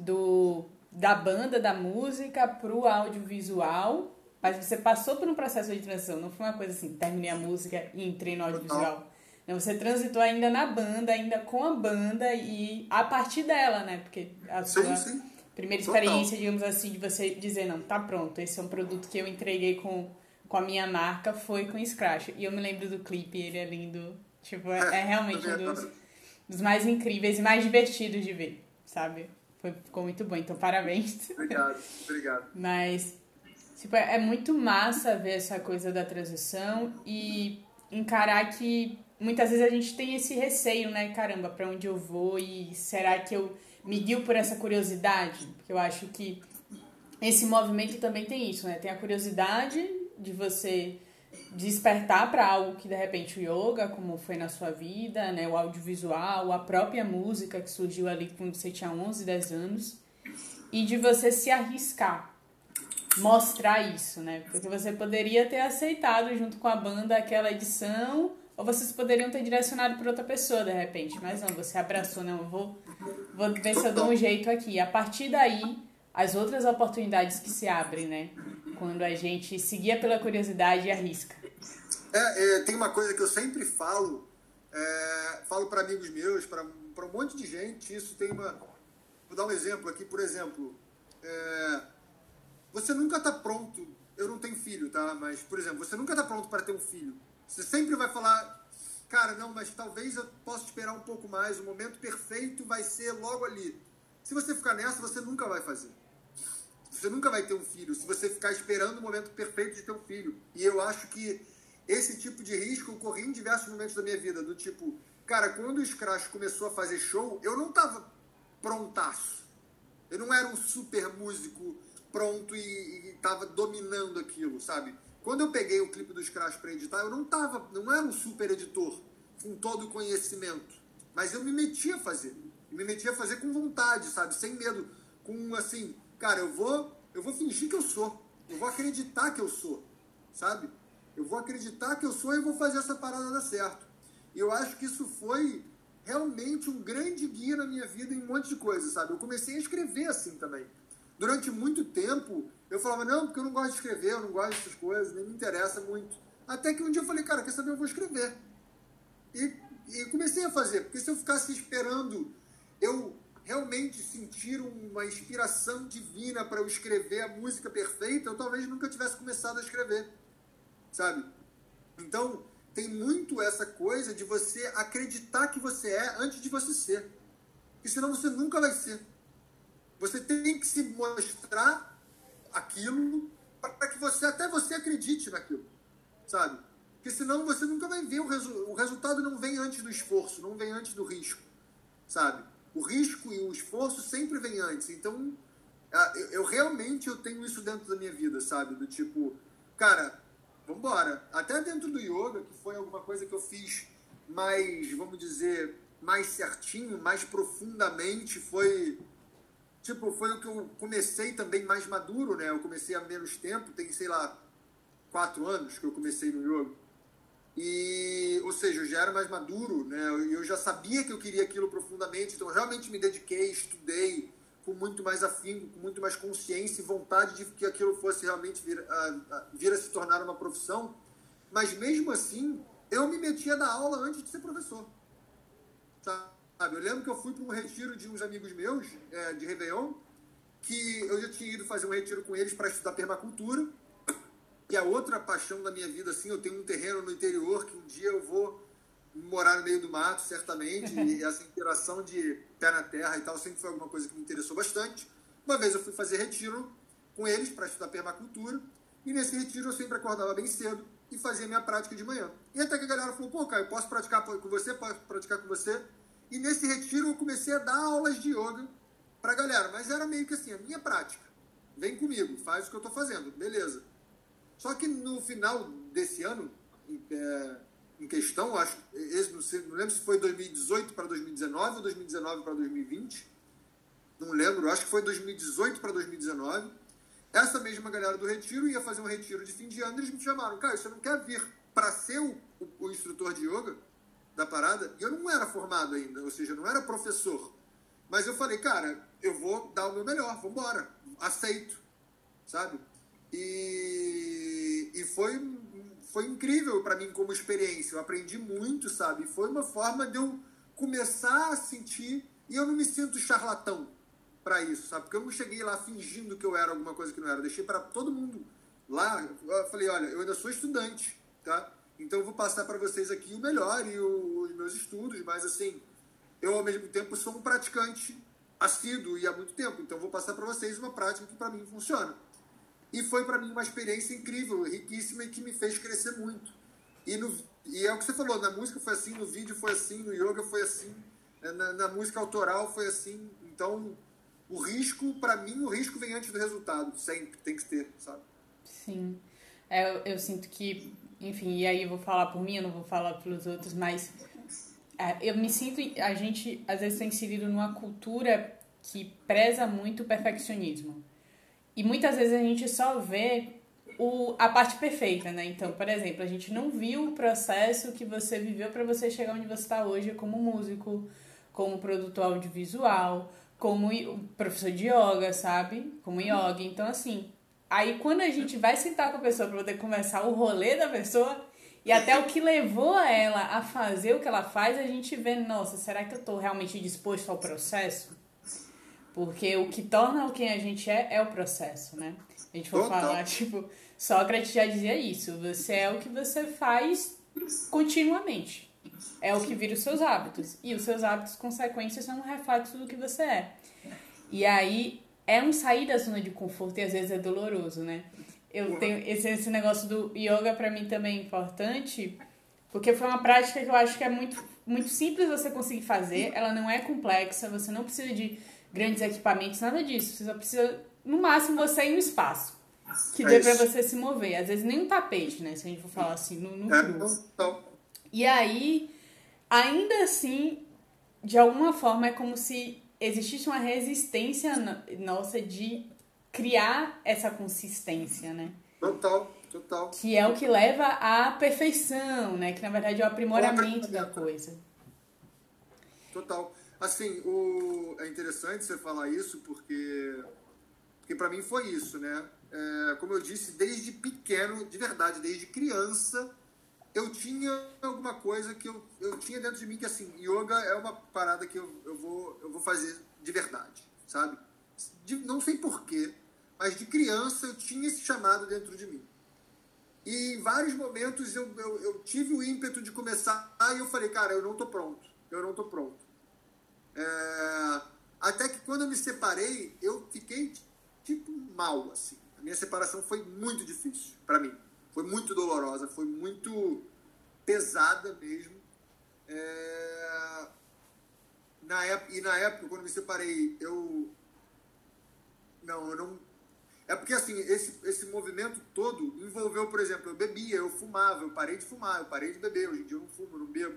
da banda, da música pro audiovisual, mas você passou por um processo de transição. Não foi uma coisa assim, terminei a música e entrei no audiovisual. Você transitou ainda na banda, ainda com a banda e a partir dela, né? Porque a sua primeira experiência, digamos assim, de você dizer, não, tá pronto, esse é um produto que eu entreguei com a minha marca, foi com Scratch. E eu me lembro do clipe, ele é lindo. Tipo, é realmente um dos mais incríveis e mais divertidos de ver, sabe? Ficou muito bom, então parabéns. Obrigado. Mas, tipo, é muito massa ver essa coisa da transição e encarar que muitas vezes a gente tem esse receio, né? Caramba, pra onde eu vou? E será que eu me guio por essa curiosidade? Porque eu acho que esse movimento também tem isso, né? Tem a curiosidade de você despertar para algo que, de repente, o yoga, como foi na sua vida, né? O audiovisual, a própria música que surgiu ali quando você tinha 11, 10 anos. E de você se arriscar, mostrar isso, né? Porque você poderia ter aceitado junto com a banda aquela edição... Ou vocês poderiam ter direcionado para outra pessoa, de repente. Mas não, você abraçou, não, eu vou ver se eu dou um jeito aqui. A partir daí, as outras oportunidades que se abrem, né? Quando a gente seguia pela curiosidade e arrisca. Tem uma coisa que eu sempre falo para amigos meus, para um monte de gente, isso tem uma... Vou dar um exemplo aqui, por exemplo. Você nunca está pronto... Eu não tenho filho, tá? Mas, por exemplo, você nunca está pronto para ter um filho. Você sempre vai falar, cara, não, mas talvez eu possa esperar um pouco mais, o momento perfeito vai ser logo ali. Se você ficar nessa, você nunca vai fazer. Você nunca vai ter um filho, se você ficar esperando o momento perfeito de ter um filho. E eu acho que esse tipo de risco ocorreu em diversos momentos da minha vida, do tipo, cara, quando o Scratch começou a fazer show, eu não tava prontaço. Eu não era um super músico pronto e tava dominando aquilo, sabe? Quando eu peguei o clipe do Scratch para editar, eu não era um super editor com todo o conhecimento, mas eu me metia a fazer. Eu me metia a fazer com vontade, sabe? Sem medo, com assim, cara, eu vou fingir que eu sou. Eu vou acreditar que eu sou, sabe? Eu vou acreditar que eu sou e vou fazer essa parada dar certo. E eu acho que isso foi realmente um grande guia na minha vida em um monte de coisas, sabe? Eu comecei a escrever assim também. Durante muito tempo, eu falava, não, porque eu não gosto de escrever, eu não gosto dessas coisas, nem me interessa muito. Até que um dia eu falei, cara, quer saber, eu vou escrever. E comecei a fazer, porque se eu ficasse esperando eu realmente sentir uma inspiração divina para eu escrever a música perfeita, eu talvez nunca tivesse começado a escrever, sabe? Então, tem muito essa coisa de você acreditar que você é antes de você ser. Porque senão você nunca vai ser. Você tem que se mostrar aquilo para que até você acredite naquilo, sabe? Porque senão você nunca vai ver o resultado não vem antes do esforço, não vem antes do risco, sabe? O risco e o esforço sempre vem antes. Então, Eu realmente eu tenho isso dentro da minha vida, sabe? Do tipo, cara, vambora. Até dentro do yoga, que foi alguma coisa que eu fiz mais, vamos dizer, mais certinho, mais profundamente, foi o que eu comecei também mais maduro, né? Eu comecei há menos tempo, tem, sei lá, 4 anos que eu comecei no yoga. Ou seja, eu já era mais maduro, né? Eu já sabia que eu queria aquilo profundamente, então eu realmente me dediquei, estudei com muito mais afinco, com muito mais consciência e vontade de que aquilo fosse realmente vir a se tornar uma profissão. Mas mesmo assim, eu me metia na aula antes de ser professor, sabe? Eu lembro que eu fui para um retiro de uns amigos meus, de Réveillon, que eu já tinha ido fazer um retiro com eles para estudar permacultura. E a outra paixão da minha vida, assim, eu tenho um terreno no interior que um dia eu vou morar no meio do mato, certamente, e essa interação de pé na terra e tal sempre foi alguma coisa que me interessou bastante. Uma vez eu fui fazer retiro com eles para estudar permacultura, e nesse retiro eu sempre acordava bem cedo e fazia minha prática de manhã. E até que a galera falou, pô, Caio, posso praticar com você? Posso praticar com você? E nesse retiro eu comecei a dar aulas de yoga pra galera, mas era meio que assim, a minha prática. Vem comigo, faz o que eu tô fazendo, beleza. Só que no final desse ano, em questão, acho, não lembro se foi 2018 para 2019 ou 2019 para 2020, não lembro, acho que foi 2018 para 2019, essa mesma galera do retiro ia fazer um retiro de fim de ano e eles me chamaram, cara, você não quer vir para ser o instrutor de yoga da parada? E eu não era formado ainda, ou seja, eu não era professor, mas eu falei, cara, eu vou dar o meu melhor, vamos embora, aceito, sabe? E foi incrível para mim como experiência. Eu aprendi muito, sabe? Foi uma forma de eu começar a sentir... E eu não me sinto charlatão para isso, sabe? Porque eu não cheguei lá fingindo que eu era alguma coisa que não era. Eu deixei para todo mundo lá. Eu falei, olha, eu ainda sou estudante, tá? Então eu vou passar para vocês aqui o melhor e os meus estudos. Mas, assim, eu ao mesmo tempo sou um praticante assíduo e há muito tempo. Então eu vou passar para vocês uma prática que para mim funciona. E foi para mim uma experiência incrível, riquíssima e que me fez crescer muito. E é o que você falou, na música foi assim, no vídeo foi assim, no yoga foi assim, na música autoral foi assim. Então, para mim, o risco vem antes do resultado, sempre tem que ter, sabe? Sim. Eu sinto que, enfim, e aí eu vou falar por mim, eu não vou falar pelos outros, mas eu me sinto, a gente às vezes está inserido numa cultura que preza muito o perfeccionismo. E muitas vezes a gente só vê a parte perfeita, né? Então, por exemplo, a gente não viu o processo que você viveu para você chegar onde você está hoje como músico, como produtor audiovisual, como professor de yoga, sabe? Como yoga. Então, assim, aí quando a gente vai sentar com a pessoa para poder conversar o rolê da pessoa e até o que levou ela a fazer o que ela faz, a gente vê, nossa, será que eu estou realmente disposto ao processo? Porque o que torna quem a gente é o processo, né? A gente for falar, tipo, Sócrates já dizia isso. Você é o que você faz continuamente. É o que vira os seus hábitos. E os seus hábitos, consequências, são um reflexo do que você é. E aí, é um sair da zona de conforto e às vezes é doloroso, né? Eu tenho esse negócio do yoga pra mim também é importante, porque foi uma prática que eu acho que é muito, muito simples você conseguir fazer. Ela não é complexa, você não precisa de grandes equipamentos, nada disso. Você só precisa, no máximo, você ir no espaço. Que dê pra você se mover. Às vezes nem um tapete, né? Se a gente for falar assim, no cru. E aí, ainda assim, de alguma forma, é como se existisse uma resistência nossa de criar essa consistência, né? Total. Que é o que leva à perfeição, né? Que, na verdade, é o aprimoramento da coisa. Total. Assim, é interessante você falar isso porque para mim foi isso, né? Como eu disse, desde pequeno, de verdade, desde criança, eu tinha alguma coisa que eu tinha dentro de mim que, assim, yoga é uma parada que eu vou fazer de verdade, sabe? Não sei porquê, mas de criança eu tinha esse chamado dentro de mim. E em vários momentos eu tive o ímpeto de começar e eu falei, cara, eu não tô pronto. Até que quando eu me separei, eu fiquei tipo mal, assim. A minha separação foi muito difícil para mim. Foi muito dolorosa, foi muito pesada mesmo. Na época, quando eu me separei, eu Não, eu não... É porque, assim, esse movimento todo envolveu, por exemplo, eu bebia, eu fumava, eu parei de fumar, eu parei de beber, hoje em dia eu não fumo, eu não bebo.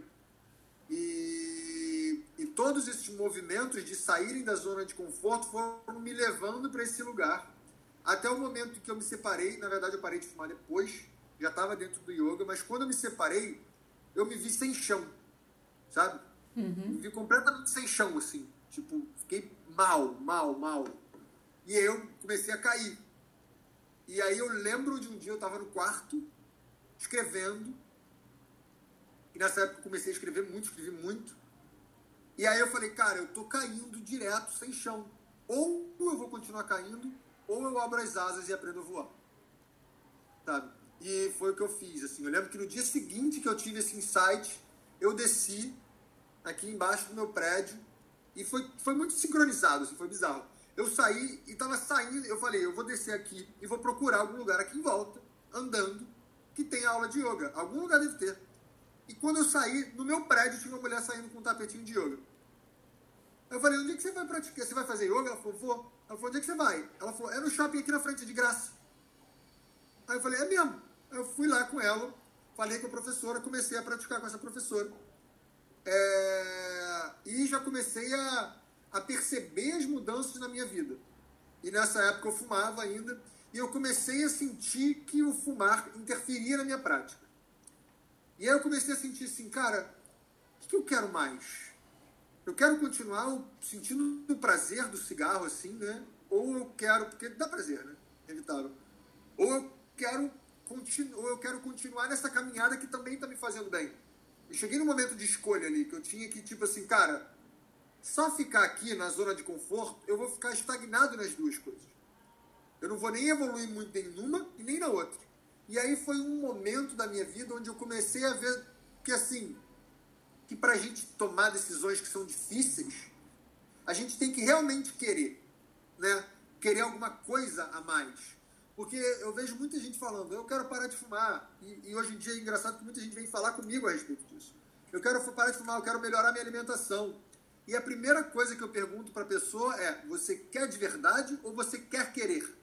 E todos esses movimentos de saírem da zona de conforto foram me levando para esse lugar. Até o momento que eu me separei, na verdade eu parei de fumar depois, já estava dentro do yoga, mas quando eu me separei, eu me vi sem chão, sabe? Me vi completamente sem chão, assim. Tipo, fiquei mal. E aí eu comecei a cair. E aí eu lembro de um dia eu estava no quarto, escrevendo. E nessa época eu comecei a escrever muito, escrevi muito. E aí eu falei, cara, eu tô caindo direto, sem chão. Ou eu vou continuar caindo, ou eu abro as asas e aprendo a voar. Sabe? E foi o que eu fiz, assim. Eu lembro que no dia seguinte que eu tive esse insight, eu desci aqui embaixo do meu prédio e foi muito sincronizado, assim, foi bizarro. Eu saí e tava saindo, eu falei, eu vou descer aqui e vou procurar algum lugar aqui em volta, andando, que tenha aula de yoga. Algum lugar deve ter. E quando eu saí, no meu prédio tinha uma mulher saindo com um tapetinho de yoga. Eu falei, onde é que você vai praticar? Você vai fazer yoga? Ela falou, vou. Ela falou, onde é que você vai? Ela falou, é no shopping aqui na frente, de graça. Aí eu falei, é mesmo. Eu fui lá com ela, falei com a professora, comecei a praticar com essa professora. E já comecei a perceber as mudanças na minha vida. E nessa época eu fumava ainda, e eu comecei a sentir que o fumar interferia na minha prática. E aí eu comecei a sentir assim, cara, o que eu quero mais? Eu quero continuar sentindo o prazer do cigarro, assim, né? Ou eu quero, porque dá prazer, né? Inevitável. Ou eu quero continuar nessa caminhada que também está me fazendo bem. Eu cheguei num momento de escolha ali, que eu tinha que, tipo assim, cara, só ficar aqui na zona de conforto, eu vou ficar estagnado nas duas coisas. Eu não vou nem evoluir muito em uma e nem na outra. E aí foi um momento da minha vida onde eu comecei a ver que, assim, que pra gente tomar decisões que são difíceis, a gente tem que realmente querer, né? Querer alguma coisa a mais. Porque eu vejo muita gente falando, eu quero parar de fumar. E hoje em dia é engraçado que muita gente vem falar comigo a respeito disso. Eu quero parar de fumar, eu quero melhorar minha alimentação. E a primeira coisa que eu pergunto para a pessoa é, você quer de verdade ou você quer querer?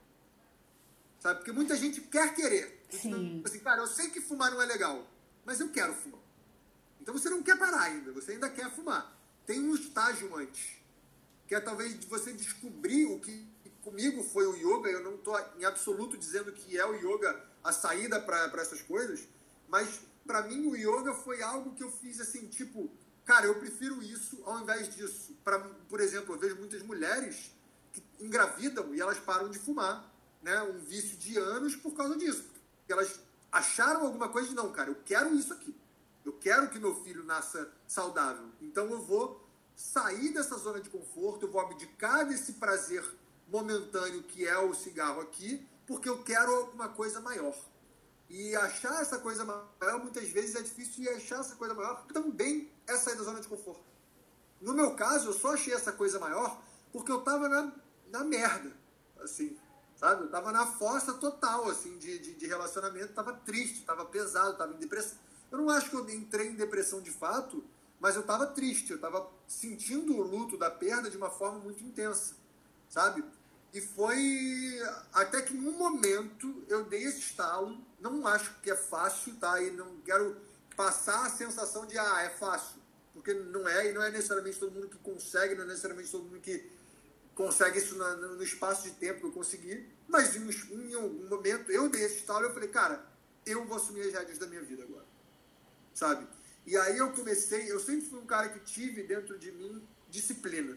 Sabe? Porque muita gente quer querer. Sim. Assim, cara, eu sei que fumar não é legal, mas eu quero fumar. Então você não quer parar ainda, você ainda quer fumar. Tem um estágio antes, que é talvez de você descobrir o que comigo foi o yoga. Eu não estou em absoluto dizendo que é o yoga a saída para essas coisas, mas para mim o yoga foi algo que eu fiz assim, tipo, cara, eu prefiro isso ao invés disso. Por exemplo, eu vejo muitas mulheres que engravidam e elas param de fumar, né? Um vício de anos por causa disso. Porque elas acharam alguma coisa de, não, cara, eu quero isso aqui. Eu quero que meu filho nasça saudável. Então eu vou sair dessa zona de conforto, eu vou abdicar desse prazer momentâneo que é o cigarro aqui, porque eu quero alguma coisa maior. E achar essa coisa maior, muitas vezes é difícil, e achar essa coisa maior também é sair da zona de conforto. No meu caso, eu só achei essa coisa maior porque eu tava na merda, assim, sabe? Eu tava na fossa total, assim, de relacionamento, tava triste, tava pesado, tava em depressão. Eu não acho que eu entrei em depressão de fato, mas eu tava triste, eu tava sentindo o luto da perda de uma forma muito intensa, sabe? E foi até que em um momento eu dei esse estalo. Não acho que é fácil, tá? E não quero passar a sensação de, é fácil. Porque não é, e não é necessariamente todo mundo que consegue, não é necessariamente todo mundo que consegue isso no espaço de tempo que eu consegui. Mas em algum momento eu dei esse estalo e eu falei, cara, eu vou assumir as rédeas da minha vida agora, sabe? E aí eu sempre fui um cara que tive dentro de mim disciplina,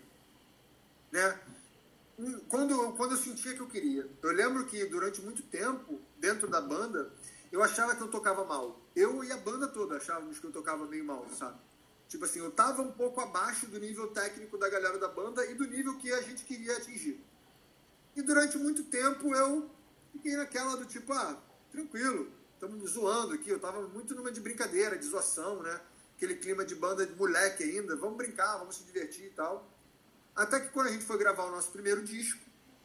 né? Quando eu sentia que eu queria. Eu lembro que durante muito tempo, dentro da banda, eu achava que eu tocava mal. Eu e a banda toda achávamos que eu tocava meio mal, sabe? Tipo assim, eu tava um pouco abaixo do nível técnico da galera da banda e do nível que a gente queria atingir. E durante muito tempo eu fiquei naquela do tipo, tranquilo, estamos nos zoando aqui. Eu tava muito numa de brincadeira, de zoação, né? Aquele clima de banda de moleque ainda, vamos brincar, vamos se divertir e tal. Até que quando a gente foi gravar o nosso primeiro disco,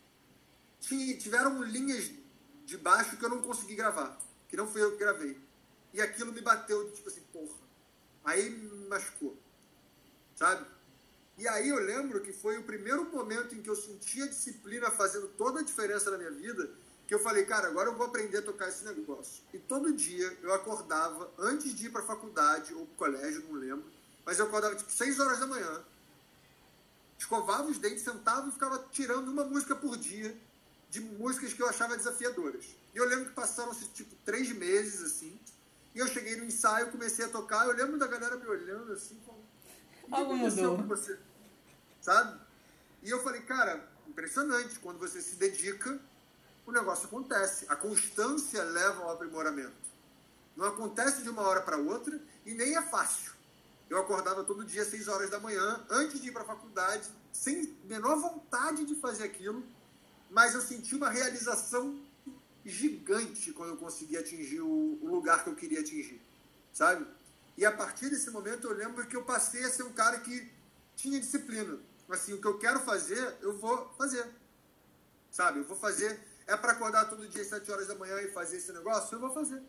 tiveram linhas de baixo que eu não consegui gravar, que não fui eu que gravei. E aquilo me bateu de tipo assim, porra. Aí me machucou, sabe? E aí eu lembro que foi o primeiro momento em que eu senti a disciplina fazendo toda a diferença na minha vida, que eu falei, cara, agora eu vou aprender a tocar esse negócio. E todo dia eu acordava, antes de ir para a faculdade ou para o colégio, não lembro, mas eu acordava tipo 6 horas da manhã, escovava os dentes, sentava e ficava tirando uma música por dia, de músicas que eu achava desafiadoras. E eu lembro que passaram-se tipo 3 meses, assim, e eu cheguei no ensaio, comecei a tocar, eu lembro da galera me olhando assim, como, o que aconteceu com você? Sabe? E eu falei, cara, impressionante, quando você se dedica, o negócio acontece. A constância leva ao aprimoramento. Não acontece de uma hora para outra e nem é fácil. Eu acordava todo dia às 6 horas da manhã, antes de ir para a faculdade, sem menor vontade de fazer aquilo, mas eu senti uma realização gigante quando eu consegui atingir o lugar que eu queria atingir, sabe? E a partir desse momento eu lembro que eu passei a ser um cara que tinha disciplina. Assim, o que eu quero fazer, eu vou fazer, sabe? Eu vou fazer, é para acordar todo dia às 7 horas da manhã e fazer esse negócio, eu vou fazer.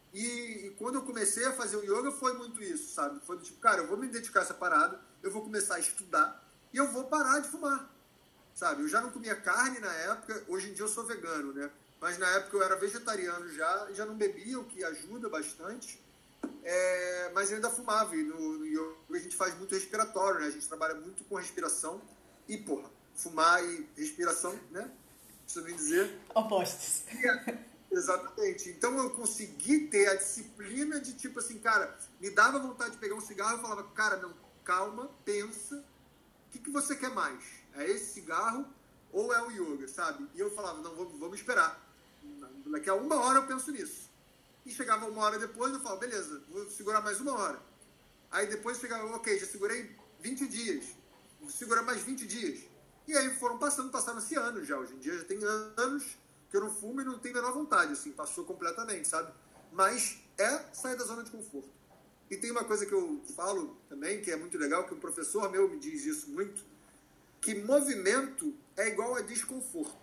E quando eu comecei a fazer o yoga, foi muito isso, sabe? Foi do tipo, cara, eu vou me dedicar a essa parada, eu vou começar a estudar e eu vou parar de fumar, sabe? Eu já não comia carne na época, hoje em dia eu sou vegano, né? Mas na época eu era vegetariano já não bebia, o que ajuda bastante, mas eu ainda fumava. E no yoga a gente faz muito respiratório, né? A gente trabalha muito com respiração e, porra, fumar e respiração, né? Preciso nem dizer. Opostos. Exatamente. Então eu consegui ter a disciplina de tipo assim, cara, me dava vontade de pegar um cigarro e falava, cara, não, calma, pensa, o que você quer mais? É esse cigarro ou é o yoga, sabe? E eu falava, não, vamos esperar. Daqui a 1 hora eu penso nisso. E chegava 1 hora depois, eu falava, beleza, vou segurar mais 1 hora. Aí depois chegava, ok, já segurei 20 dias, vou segurar mais 20 dias. E aí passaram-se anos já. Hoje em dia já tem anos que eu não fumo e não tenho a menor vontade, assim, passou completamente, sabe? Mas sair da zona de conforto. E tem uma coisa que eu falo também, que é muito legal, que um professor meu me diz isso muito, que movimento é igual a desconforto.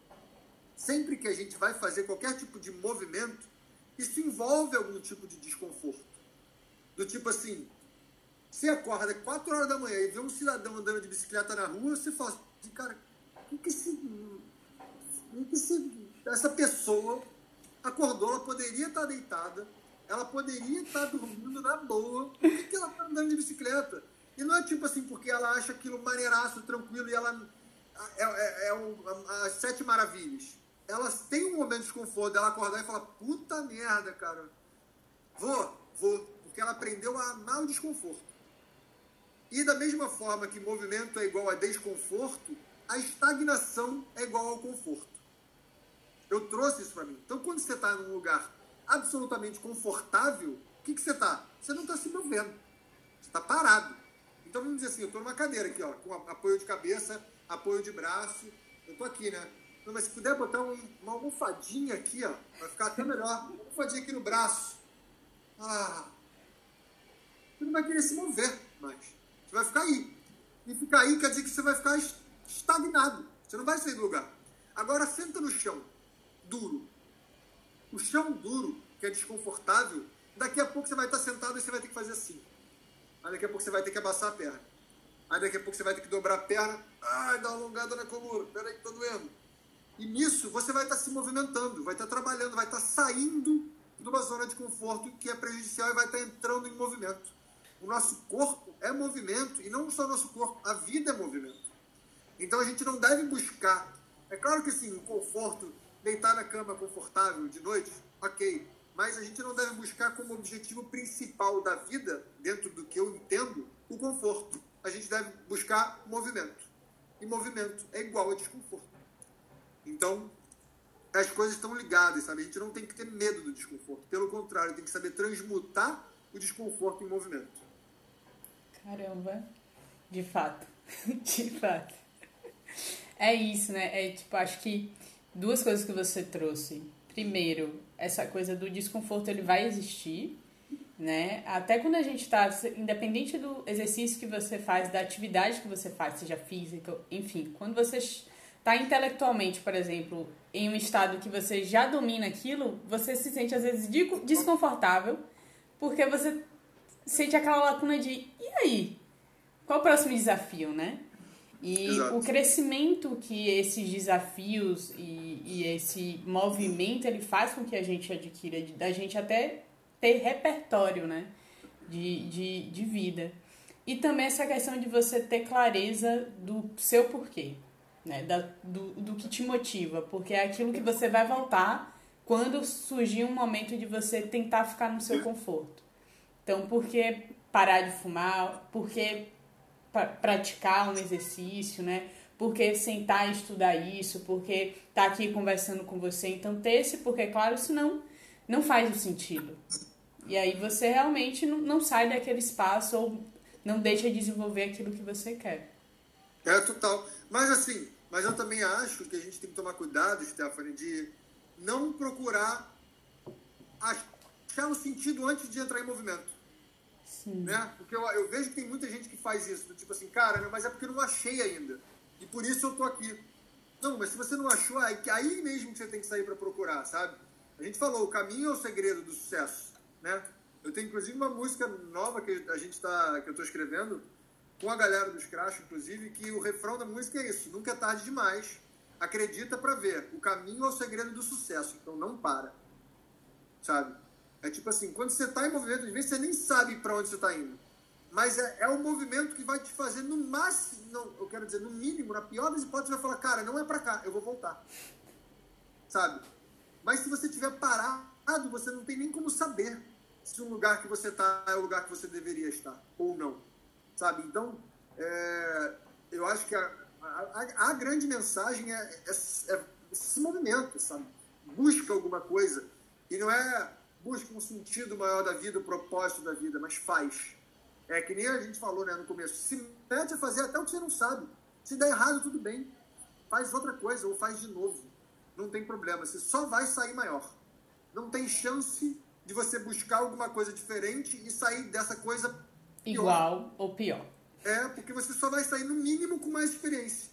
Sempre que a gente vai fazer qualquer tipo de movimento, isso envolve algum tipo de desconforto. Do tipo assim, você acorda 4 horas da manhã e vê um cidadão andando de bicicleta na rua, você fala, cara, essa pessoa acordou, ela poderia estar deitada, ela poderia estar dormindo na boa, por que ela está andando de bicicleta? E não é tipo assim, porque ela acha aquilo maneiraço, tranquilo, e ela as 7 maravilhas. Ela tem um momento de desconforto dela acordar e falar, puta merda, cara, vou, porque ela aprendeu a amar o desconforto. E da mesma forma que movimento é igual a desconforto, a estagnação é igual ao conforto. Eu trouxe isso para mim. Então, quando você está num lugar absolutamente confortável, o que você está? Você não está se movendo. Você está parado. Então, vamos dizer assim, eu estou numa cadeira aqui, ó, com apoio de cabeça, apoio de braço. Eu estou aqui, né? Não, mas se puder botar uma almofadinha aqui, ó, vai ficar até melhor. Uma almofadinha aqui no braço. Você não vai querer se mover mais. Você vai ficar aí. E ficar aí quer dizer que você vai ficar estagnado. Você não vai sair do lugar. Agora, senta no chão. Duro. O chão duro, que é desconfortável, daqui a pouco você vai estar sentado e você vai ter que fazer assim. Aí daqui a pouco você vai ter que abaçar a perna. Aí daqui a pouco você vai ter que dobrar a perna. Ai, dá uma alongada na coluna. Peraí que tá doendo. E nisso você vai estar se movimentando, vai estar trabalhando, vai estar saindo de uma zona de conforto que é prejudicial e vai estar entrando em movimento. O nosso corpo é movimento, e não só o nosso corpo, a vida é movimento. Então a gente não deve buscar. É claro que sim, o conforto, deitar na cama confortável de noite, ok. Mas a gente não deve buscar como objetivo principal da vida, dentro do que eu entendo, o conforto. A gente deve buscar movimento. E movimento é igual a desconforto. Então, as coisas estão ligadas, sabe? A gente não tem que ter medo do desconforto. Pelo contrário, tem que saber transmutar o desconforto em movimento. Caramba, de fato, de fato. É isso, né? Tipo, acho que 2 coisas que você trouxe. Primeiro, essa coisa do desconforto, ele vai existir, né? Até quando a gente tá, independente do exercício que você faz, da atividade que você faz, seja física, enfim, quando você tá intelectualmente, por exemplo, em um estado que você já domina aquilo, você se sente às vezes desconfortável, porque você sente aquela lacuna de, e aí? qual o próximo desafio, né? E Exato. o crescimento que esses desafios e esse movimento ele faz com que a gente adquira, da gente até ter repertório, né? De vida. E também essa questão de você ter clareza do seu porquê, né? Do que te motiva, porque é aquilo que você vai voltar quando surgir um momento de você tentar ficar no seu conforto. Então, por que parar de fumar? Por que praticar um exercício, né? Por que sentar e estudar isso? Por que estar aqui conversando com você? Então, ter esse porquê claro, senão não faz o sentido. E aí você realmente não sai daquele espaço ou não deixa de desenvolver aquilo que você quer. Total. Mas eu também acho que a gente tem que tomar cuidado, Stephanie, de não procurar achar um sentido antes de entrar em movimento. Sim. Né? Porque eu vejo que tem muita gente que faz isso, do tipo assim, cara, mas é porque eu não achei ainda. E por isso eu tô aqui. Não, mas se você não achou, aí mesmo que você tem que sair para procurar, sabe? A gente falou, o caminho é o segredo do sucesso, né? Eu tenho, inclusive, uma música nova que eu estou escrevendo, com a galera dos Crash, inclusive, que o refrão da música é isso: nunca é tarde demais, acredita para ver, o caminho é o segredo do sucesso, então não para, sabe? É tipo assim, quando você está em movimento, às vezes você nem sabe para onde você está indo, mas é o movimento que vai te fazer no máximo, não, eu quero dizer, no mínimo, na pior das hipóteses, vai falar, cara, não é para cá, eu vou voltar, sabe? Mas se você estiver parado, você não tem nem como saber se o lugar que você está é o lugar que você deveria estar, ou não, sabe? Então, eu acho que a grande mensagem é esse movimento, sabe? Busca alguma coisa, e não é busca um sentido maior da vida, o propósito da vida, mas faz. É que nem a gente falou, né, no começo, se mete a fazer até o que você não sabe. Se der errado, tudo bem. Faz outra coisa, ou faz de novo. Não tem problema, você só vai sair maior. Não tem chance de você buscar alguma coisa diferente e sair dessa coisa pior. Igual ou pior. Porque você só vai sair no mínimo com mais experiência.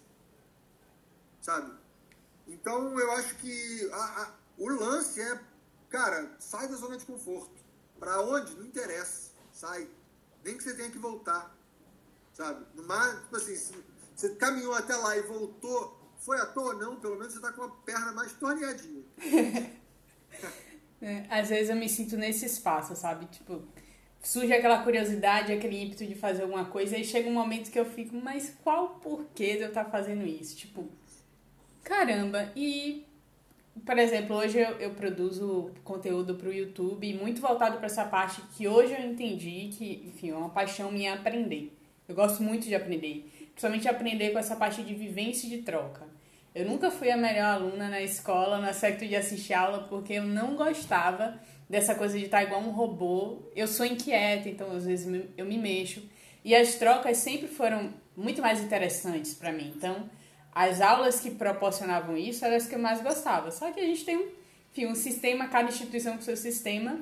Sabe? Então, eu acho que o lance é, cara, sai da zona de conforto. Pra onde? Não interessa. Sai. Nem que você tenha que voltar. Sabe? Tipo assim, se você caminhou até lá e voltou, foi à toa? Não, pelo menos você tá com a perna mais torneadinha. Às vezes eu me sinto nesse espaço, sabe? Tipo, surge aquela curiosidade, aquele ímpeto de fazer alguma coisa, e chega um momento que eu fico, mas qual o porquê de eu estar fazendo isso? Tipo, caramba, e, por exemplo, hoje eu produzo conteúdo pro YouTube, muito voltado para essa parte que hoje eu entendi que, enfim, é uma paixão minha aprender. Eu gosto muito de aprender, principalmente aprender com essa parte de vivência e de troca. Eu nunca fui a melhor aluna na escola, no aspecto de assistir aula, porque eu não gostava dessa coisa de estar igual um robô. Eu sou inquieta, então às vezes eu me mexo. E as trocas sempre foram muito mais interessantes para mim. Então, as aulas que proporcionavam isso eram as que eu mais gostava. Só que a gente tem, enfim, um sistema, cada instituição com seu sistema.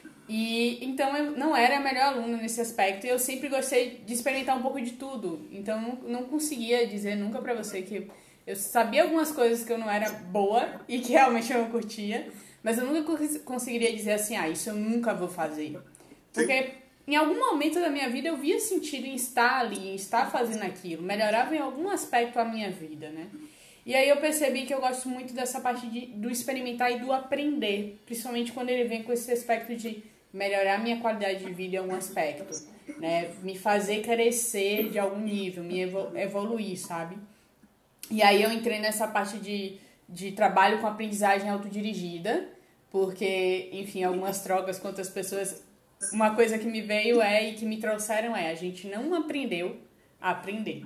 E então eu não era a melhor aluna nesse aspecto. E eu sempre gostei de experimentar um pouco de tudo. Então, não conseguia dizer nunca para você que eu sabia algumas coisas que eu não era boa e que realmente eu não curtia, mas eu nunca conseguiria dizer assim, isso eu nunca vou fazer. Porque em algum momento da minha vida eu via sentido em estar ali, em estar fazendo aquilo, melhorava em algum aspecto a minha vida, né? E aí eu percebi que eu gosto muito dessa parte do experimentar e do aprender, principalmente quando ele vem com esse aspecto de melhorar a minha qualidade de vida em algum aspecto, né? Me fazer crescer de algum nível, me evoluir, sabe? E aí eu entrei nessa parte de trabalho com aprendizagem autodirigida, porque, enfim, algumas trocas com outras pessoas, uma coisa que me veio e que me trouxeram a gente não aprendeu a aprender.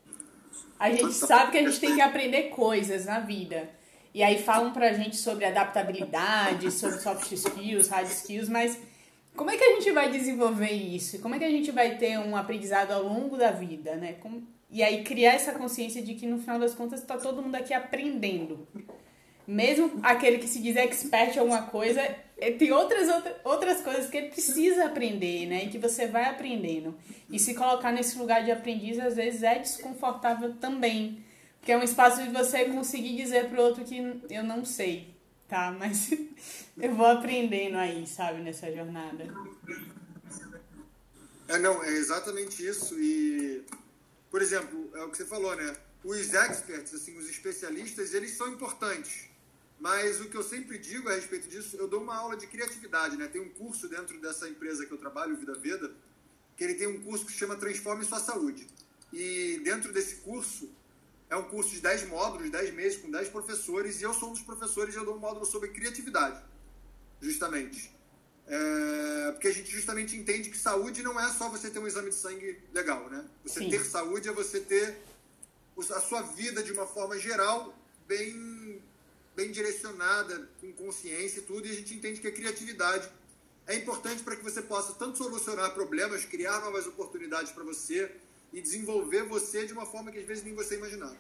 A gente sabe que a gente tem que aprender coisas na vida. E aí falam pra gente sobre adaptabilidade, sobre soft skills, hard skills, mas como é que a gente vai desenvolver isso? Como é que a gente vai ter um aprendizado ao longo da vida, né? E aí criar essa consciência de que no final das contas está todo mundo aqui aprendendo. Mesmo aquele que se diz expert em alguma coisa, tem outras coisas que ele precisa aprender, né? E que você vai aprendendo. E se colocar nesse lugar de aprendiz, às vezes é desconfortável também. Porque é um espaço de você conseguir dizer pro outro que eu não sei, tá? Mas eu vou aprendendo aí, sabe? Nessa jornada. Não, é exatamente isso. E, por exemplo, é o que você falou, né? Os experts, assim, os especialistas, eles são importantes. Mas o que eu sempre digo a respeito disso, eu dou uma aula de criatividade, né? Tem um curso dentro dessa empresa que eu trabalho, o Vida Veda, que ele tem um curso que se chama Transforme Sua Saúde. E dentro desse curso, é um curso de 10 módulos, 10 meses, com 10 professores, e eu sou um dos professores e eu dou um módulo sobre criatividade, justamente. Porque a gente justamente entende que saúde não é só você ter um exame de sangue legal, né? Você Sim. ter saúde é você ter a sua vida de uma forma geral bem direcionada, com consciência e tudo, e a gente entende que a criatividade é importante para que você possa tanto solucionar problemas, criar novas oportunidades para você e desenvolver você de uma forma que às vezes nem você imaginava.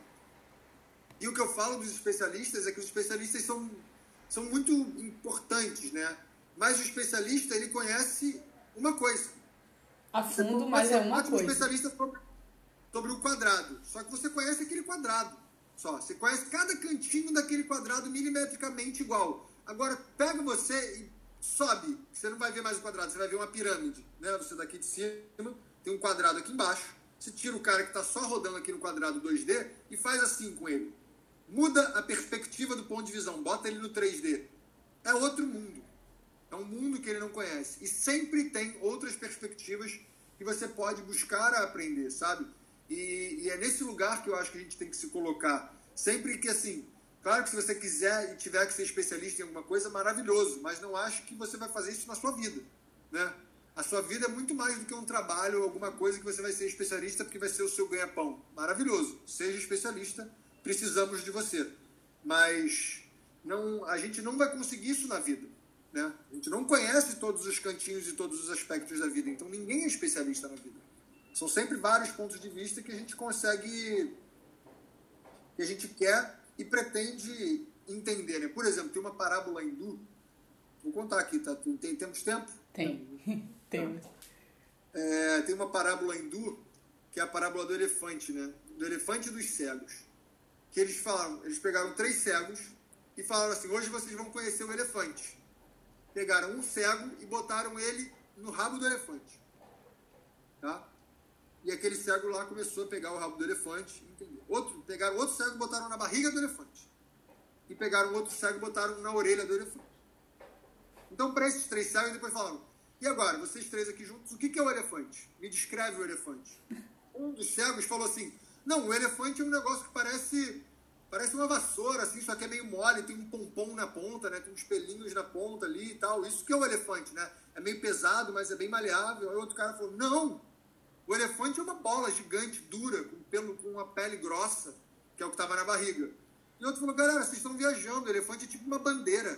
E o que eu falo dos especialistas é que os especialistas são muito importantes, né? Mas o especialista, ele conhece uma coisa. A fundo, mas é uma coisa. Um especialista sobre o quadrado. Só que você conhece aquele quadrado. Só. Você conhece cada cantinho daquele quadrado milimetricamente igual. Agora, pega você e sobe. Você não vai ver mais o quadrado, você vai ver uma pirâmide. Né? Você daqui de cima, tem um quadrado aqui embaixo. Você tira o cara que está só rodando aqui no quadrado 2D e faz assim com ele. Muda a perspectiva do ponto de visão. Bota ele no 3D. É outro mundo. É um mundo que ele não conhece. E sempre tem outras perspectivas que você pode buscar a aprender, sabe? E é nesse lugar que eu acho que a gente tem que se colocar. Sempre que, assim, claro que se você quiser e tiver que ser especialista em alguma coisa, maravilhoso. Mas não acho que você vai fazer isso na sua vida, né? A sua vida é muito mais do que um trabalho ou alguma coisa que você vai ser especialista porque vai ser o seu ganha-pão. Maravilhoso. Seja especialista, precisamos de você. Mas a gente não vai conseguir isso na vida. Né? A gente não conhece todos os cantinhos e todos os aspectos da vida, então ninguém é especialista na vida. São sempre vários pontos de vista que a gente consegue, que a gente quer e pretende entender. Né? Por exemplo, tem uma parábola hindu, vou contar aqui, tá? Temos tempo? Temos. Tem uma parábola hindu, que é a parábola do elefante, né? Do elefante e dos cegos. Que eles pegaram 3 cegos e falaram assim, hoje vocês vão conhecer o elefante. Pegaram um cego e botaram ele no rabo do elefante. Tá? E aquele cego lá começou a pegar o rabo do elefante. Entendeu? Pegaram outro cego e botaram na barriga do elefante. E pegaram outro cego e botaram na orelha do elefante. Então, para esses 3 cegos, depois falaram, e agora, vocês 3 aqui juntos, o que é o elefante? Me descreve o elefante. Um dos cegos falou assim, não, o elefante é um negócio que parece uma vassoura, assim, só que é meio mole, tem um pompom na ponta, né? Tem uns pelinhos na ponta ali e tal. Isso que é o elefante, né? É meio pesado, mas é bem maleável. Aí outro cara falou, não! O elefante é uma bola gigante, dura, com uma pele grossa, que é o que estava na barriga. E outro falou, galera, vocês estão viajando, o elefante é tipo uma bandeira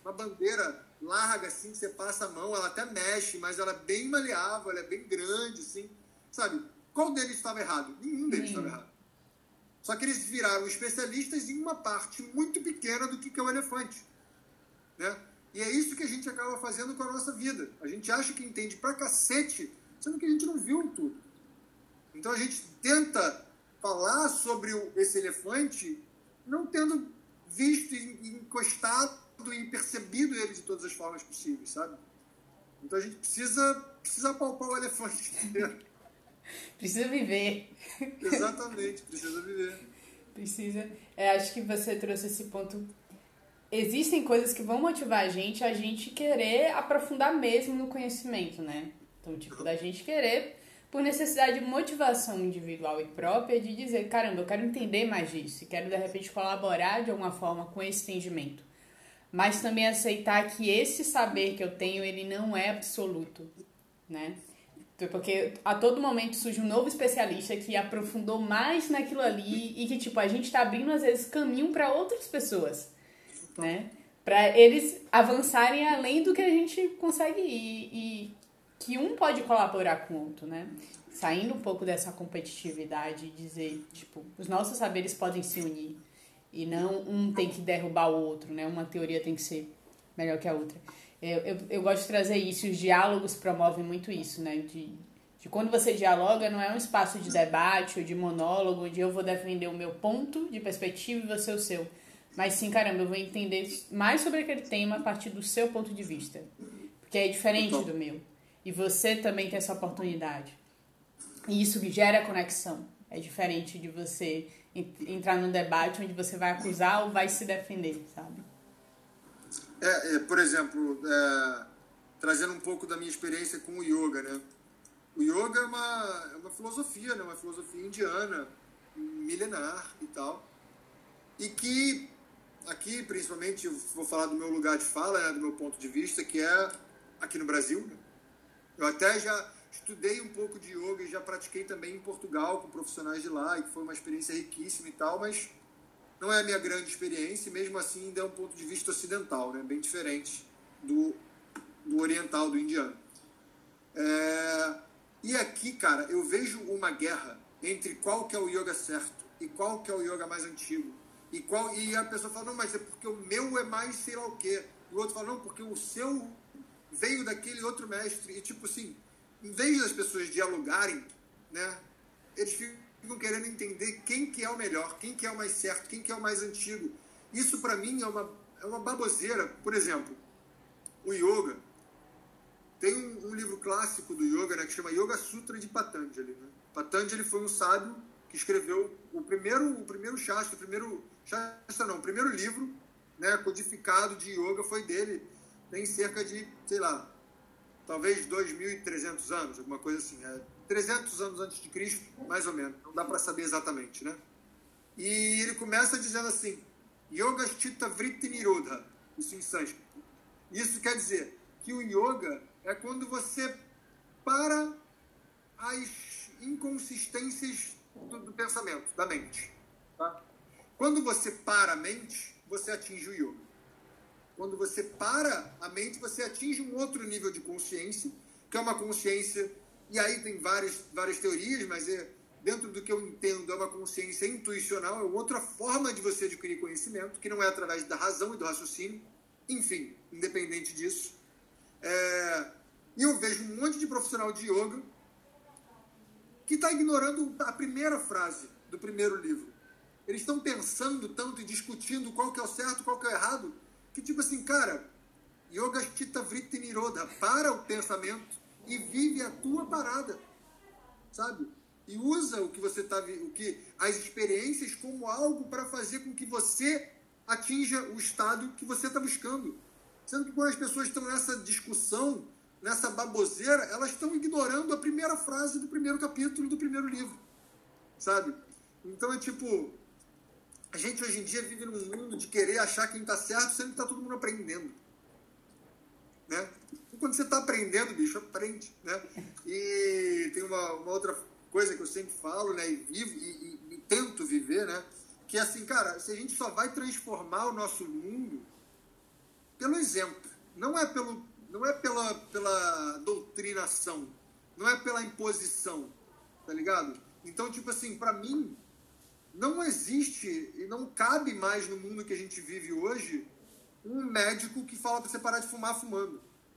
larga, assim, que você passa a mão, ela até mexe, mas ela é bem maleável, ela é bem grande, assim, sabe? Qual deles estava errado? Nenhum deles estava errado. Só que eles viraram especialistas em uma parte muito pequena do que é o elefante. Né? E é isso que a gente acaba fazendo com a nossa vida. A gente acha que entende pra cacete, sendo que a gente não viu tudo. Então a gente tenta falar sobre esse elefante não tendo visto e encostado e percebido ele de todas as formas possíveis, sabe? Então a gente precisa apalpar o elefante inteiro. Precisa viver. Exatamente, precisa viver. Precisa. Acho que você trouxe esse ponto. Existem coisas que vão motivar a gente querer aprofundar mesmo no conhecimento, né? Então, tipo, da gente querer, por necessidade de motivação individual e própria, de dizer, caramba, eu quero entender mais disso e quero, de repente, colaborar de alguma forma com esse entendimento. Mas também aceitar que esse saber que eu tenho, ele não é absoluto, né? Porque a todo momento surge um novo especialista que aprofundou mais naquilo ali e que, tipo, a gente tá abrindo, às vezes, caminho para outras pessoas, né? Para eles avançarem além do que a gente consegue ir e que um pode colaborar com o outro, né? Saindo um pouco dessa competitividade e dizer, tipo, os nossos saberes podem se unir e não um tem que derrubar o outro, né? Uma teoria tem que ser melhor que a outra. Eu gosto de trazer isso, os diálogos promovem muito isso, né? De quando você dialoga, não é um espaço de debate ou de monólogo, onde eu vou defender o meu ponto de perspectiva e você o seu. Mas sim, caramba, eu vou entender mais sobre aquele tema a partir do seu ponto de vista. Porque é diferente do meu. E você também tem essa oportunidade. E isso gera conexão. É diferente de você entrar num debate onde você vai acusar ou vai se defender, sabe? Por exemplo, trazendo um pouco da minha experiência com o yoga, né? O yoga é uma filosofia, né? Uma filosofia indiana, milenar e tal. E que, aqui, principalmente, eu vou falar do meu lugar de fala, né? Do meu ponto de vista, que é aqui no Brasil, né? Eu até já estudei um pouco de yoga e já pratiquei também em Portugal com profissionais de lá, e que foi uma experiência riquíssima e tal, mas não é a minha grande experiência, e mesmo assim ainda é um ponto de vista ocidental, né? Bem diferente do oriental, do indiano. E aqui, cara, eu vejo uma guerra entre qual que é o yoga certo e qual que é o yoga mais antigo. E a pessoa fala, não, mas é porque o meu é mais sei lá o quê. E o outro fala, não, porque o seu veio daquele outro mestre. E tipo assim, em vez das pessoas dialogarem, né, eles ficam querendo entender quem que é o melhor, quem que é o mais certo, quem que é o mais antigo. Isso pra mim é uma baboseira. Por exemplo, o yoga. Tem um livro clássico do yoga, né, que chama Yoga Sutra de Patanjali. Né? Patanjali foi um sábio que escreveu o primeiro shastra, o primeiro livro, né, codificado de yoga foi dele. Tem cerca de, sei lá, talvez 2.300 anos, alguma coisa assim. 300 anos antes de Cristo, mais ou menos. Não dá para saber exatamente, né? E ele começa dizendo assim, Yoga Chitta Vritti Nirodha, isso em sânscrito. Isso quer dizer que o yoga é quando você para as inconsistências do pensamento, da mente. Tá? Quando você para a mente, você atinge o yoga. Quando você para a mente, você atinge um outro nível de consciência, que é uma consciência, e aí tem várias teorias, mas dentro do que eu entendo, é uma consciência intuicional, é outra forma de você adquirir conhecimento, que não é através da razão e do raciocínio. Enfim, independente disso. E eu vejo um monte de profissional de yoga que está ignorando a primeira frase do primeiro livro. Eles estão pensando tanto e discutindo qual que é o certo, qual que é o errado, que tipo assim, cara, Yoga Chitta Vritti Nirodha, para o pensamento e vive a tua parada, sabe? E usa as experiências como algo para fazer com que você atinja o estado que você está buscando. Sendo que quando as pessoas estão nessa discussão, nessa baboseira, elas estão ignorando a primeira frase do primeiro capítulo do primeiro livro, sabe? Então é tipo, a gente hoje em dia vive num mundo de querer achar quem está certo, sendo que está todo mundo aprendendo, né? E quando você está aprendendo, bicho, aprende, né? E tem uma outra coisa que eu sempre falo, né? E vivo e tento viver, né? Que é assim, cara, se a gente só vai transformar o nosso mundo pelo exemplo, não é pela doutrinação, não é pela imposição, tá ligado? Então, tipo assim, pra mim, não existe e não cabe mais no mundo que a gente vive hoje um médico que fala pra você parar de fumar fumando,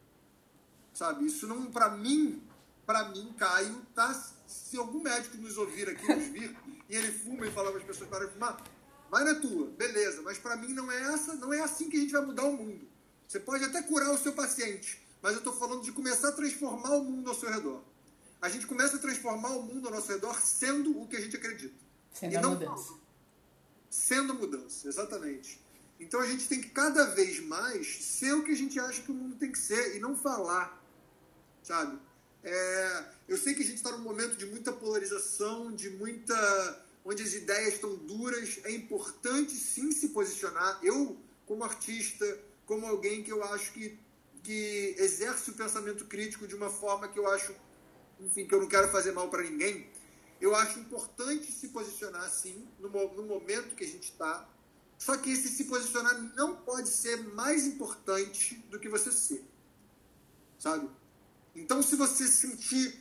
sabe? Isso não, pra mim, Caio, tá? Se algum médico nos ouvir aqui, nos vir, e ele fuma e fala para as pessoas pararem de fumar, vai na tua, beleza, mas pra mim não é assim que a gente vai mudar o mundo. Você pode até curar o seu paciente, mas eu estou falando de começar a transformar o mundo ao seu redor. A gente começa a transformar o mundo ao nosso redor sendo o que a gente acredita. Sendo a mudança. Sendo a mudança, exatamente. Então a gente tem que cada vez mais ser o que a gente acha que o mundo tem que ser e não falar, sabe? Eu sei que a gente está num momento de muita polarização, onde as ideias estão duras. É importante sim se posicionar. Eu, como artista, como alguém que eu acho que exerce o pensamento crítico de uma forma que eu acho, enfim, que eu não quero fazer mal para ninguém, eu acho importante se posicionar sim, no momento que a gente está. Só que esse se posicionar não pode ser mais importante do que você ser, sabe? Então, se você se sentir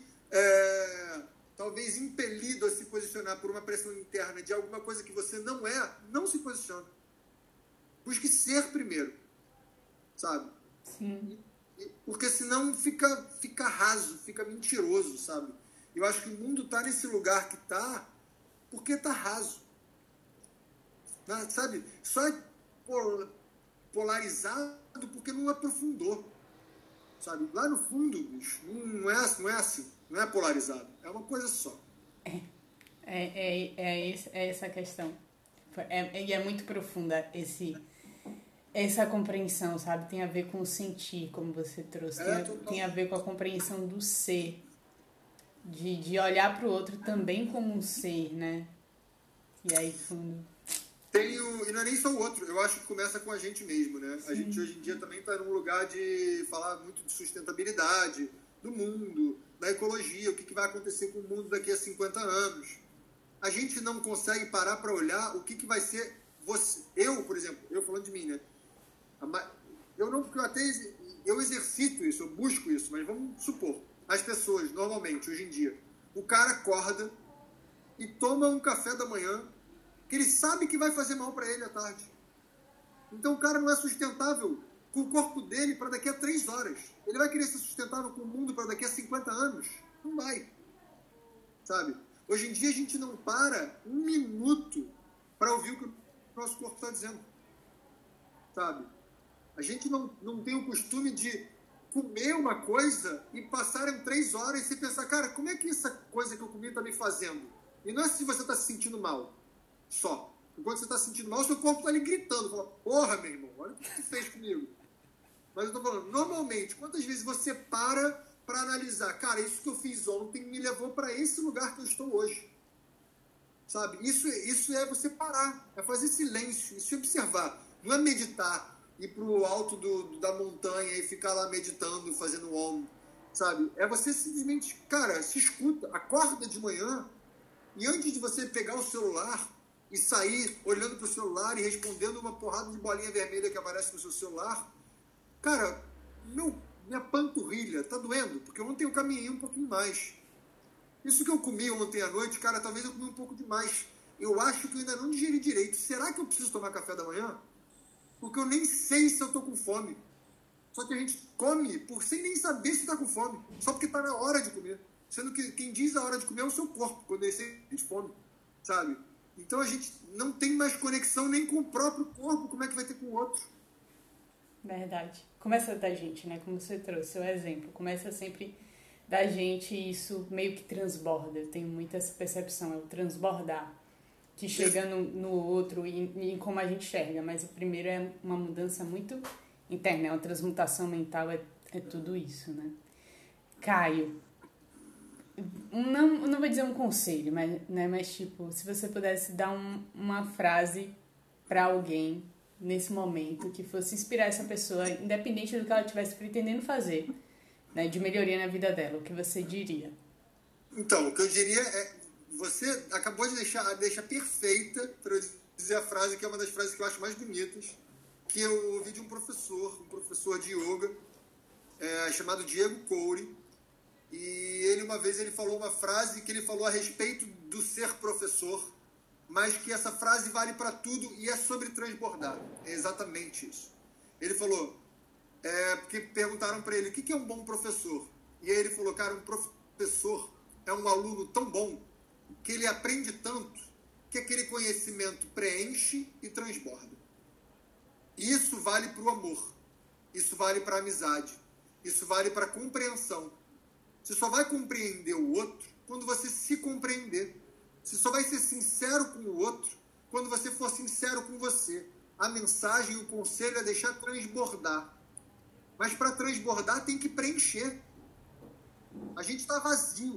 talvez impelido a se posicionar por uma pressão interna de alguma coisa que você não é, não se posicione. Busque ser primeiro, sabe? Sim. Porque senão fica raso, fica mentiroso, sabe? Eu acho que o mundo está nesse lugar que está porque está raso. Sabe? Só é polarizado porque não aprofundou. Sabe? Lá no fundo, bicho, não é assim, não é polarizado, é uma coisa só. É essa a questão. E é muito profunda essa compreensão, sabe? Tem a ver com o sentir, como você trouxe. Tem a ver com a compreensão do ser. De olhar para o outro também como um ser, né? E aí, fundo... E não é nem só o outro, eu acho que começa com a gente mesmo, né? Sim. A gente hoje em dia também está num lugar de falar muito de sustentabilidade, do mundo, da ecologia, o que vai acontecer com o mundo daqui a 50 anos. A gente não consegue parar para olhar o que vai ser você. Eu, por exemplo, eu falando de mim, né? Eu exercito isso, eu busco isso, mas vamos supor, as pessoas, normalmente, hoje em dia, o cara acorda e toma um café da manhã que ele sabe que vai fazer mal para ele à tarde. Então o cara não é sustentável com o corpo dele para daqui a 3 horas. Ele vai querer ser sustentável com o mundo para daqui a 50 anos? Não vai. Sabe? Hoje em dia a gente não para um minuto para ouvir o que o nosso corpo está dizendo. Sabe? A gente não tem o costume de comer uma coisa e passarem 3 horas e você pensar, cara, como é que essa coisa que eu comi está me fazendo? E não é se você está se sentindo mal. Só. Enquanto você está se sentindo mal, o seu corpo está ali gritando. Fala, porra, meu irmão, olha o que você fez comigo. Mas eu estou falando, normalmente, quantas vezes você para analisar, cara, isso que eu fiz ontem me levou para esse lugar que eu estou hoje. Sabe? Isso é você parar, é fazer silêncio e se observar. Não é meditar, ir para o alto da montanha e ficar lá meditando, fazendo om, sabe? É você simplesmente, cara, se escuta, acorda de manhã e antes de você pegar o celular e sair olhando para o celular e respondendo uma porrada de bolinha vermelha que aparece no seu celular, cara, minha panturrilha tá doendo, porque ontem eu caminhei um pouquinho mais. Isso que eu comi ontem à noite, cara, talvez eu comi um pouco demais. Eu acho que eu ainda não digeri direito. Será que eu preciso tomar café da manhã? Porque eu nem sei se eu tô com fome. Só que a gente come sem nem saber se tá com fome. Só porque tá na hora de comer. Sendo que quem diz a hora de comer é o seu corpo, quando ele sente fome, sabe? Então a gente não tem mais conexão nem com o próprio corpo, como é que vai ter com o outro? Verdade. Começa da gente, né? Como você trouxe o exemplo. Começa sempre da gente e isso meio que transborda. Eu tenho muito essa percepção, é o transbordar. Que chega no outro e em como a gente enxerga. Mas o primeiro é uma mudança muito interna, é uma transmutação mental, é tudo isso, né? Caio, não vou dizer um conselho, mas tipo, se você pudesse dar uma frase para alguém nesse momento que fosse inspirar essa pessoa, independente do que ela estivesse pretendendo fazer, né, de melhoria na vida dela, o que você diria? Então, o que eu diria é, você acabou de deixar perfeita para eu dizer a frase que é uma das frases que eu acho mais bonitas, que eu ouvi de um professor de yoga, chamado Diego Coure. E ele, uma vez, ele falou uma frase que ele falou a respeito do ser professor, mas que essa frase vale para tudo e é sobre transbordar. É exatamente isso. Ele falou, porque perguntaram para ele, o que é um bom professor? E aí ele falou, cara, um professor é um aluno tão bom que ele aprende tanto que aquele conhecimento preenche e transborda. E isso vale para o amor, isso vale para a amizade, isso vale para a compreensão. Você só vai compreender o outro quando você se compreender. Você só vai ser sincero com o outro quando você for sincero com você. A mensagem, o conselho é deixar transbordar. Mas para transbordar tem que preencher. A gente está vazio.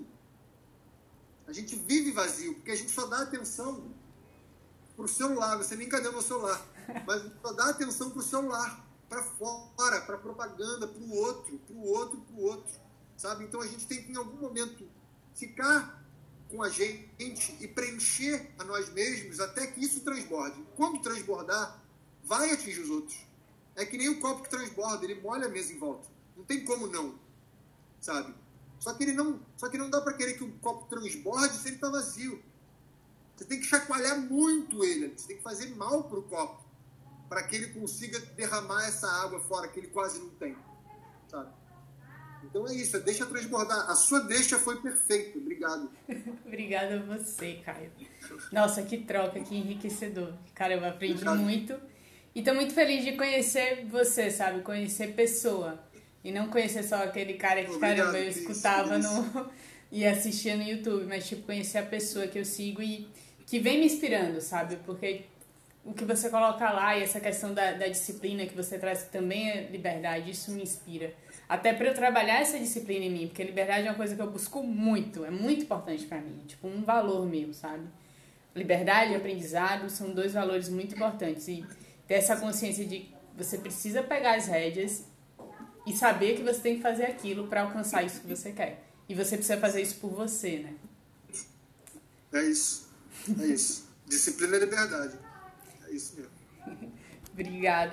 A gente vive vazio, porque a gente só dá atenção para o celular. Você nem cadê o meu celular? Mas só dá atenção para o celular, para fora, para propaganda, para o outro. Sabe? Então a gente tem que, em algum momento, ficar com a gente e preencher a nós mesmos até que isso transborde. Quando transbordar, vai atingir os outros. É que nem o copo que transborda, ele molha a mesa em volta. Não tem como não, sabe? Só que não dá para querer que o copo transborde se ele está vazio. Você tem que chacoalhar muito ele, você tem que fazer mal para o copo, para que ele consiga derramar essa água fora que ele quase não tem, sabe? Então é isso, deixa transbordar. A sua deixa foi perfeita. Obrigado. Obrigada a você, Caio. Nossa, que troca, que enriquecedor. Cara, eu aprendi muito. E tô muito feliz de conhecer você, sabe? Conhecer pessoa. E não conhecer só aquele cara que, Obrigado, caramba, eu Cris, escutava Cris. e assistia no YouTube, mas, tipo, conhecer a pessoa que eu sigo e que vem me inspirando, sabe? Porque o que você coloca lá e essa questão da disciplina que você traz, que também é liberdade, isso me inspira. Até para eu trabalhar essa disciplina em mim, porque liberdade é uma coisa que eu busco muito, é muito importante para mim, tipo, um valor meu, sabe? Liberdade e aprendizado são dois valores muito importantes. E ter essa consciência de você precisa pegar as rédeas e saber que você tem que fazer aquilo para alcançar isso que você quer. E você precisa fazer isso por você, né? É isso. É isso. Disciplina é liberdade. É isso mesmo. Obrigada.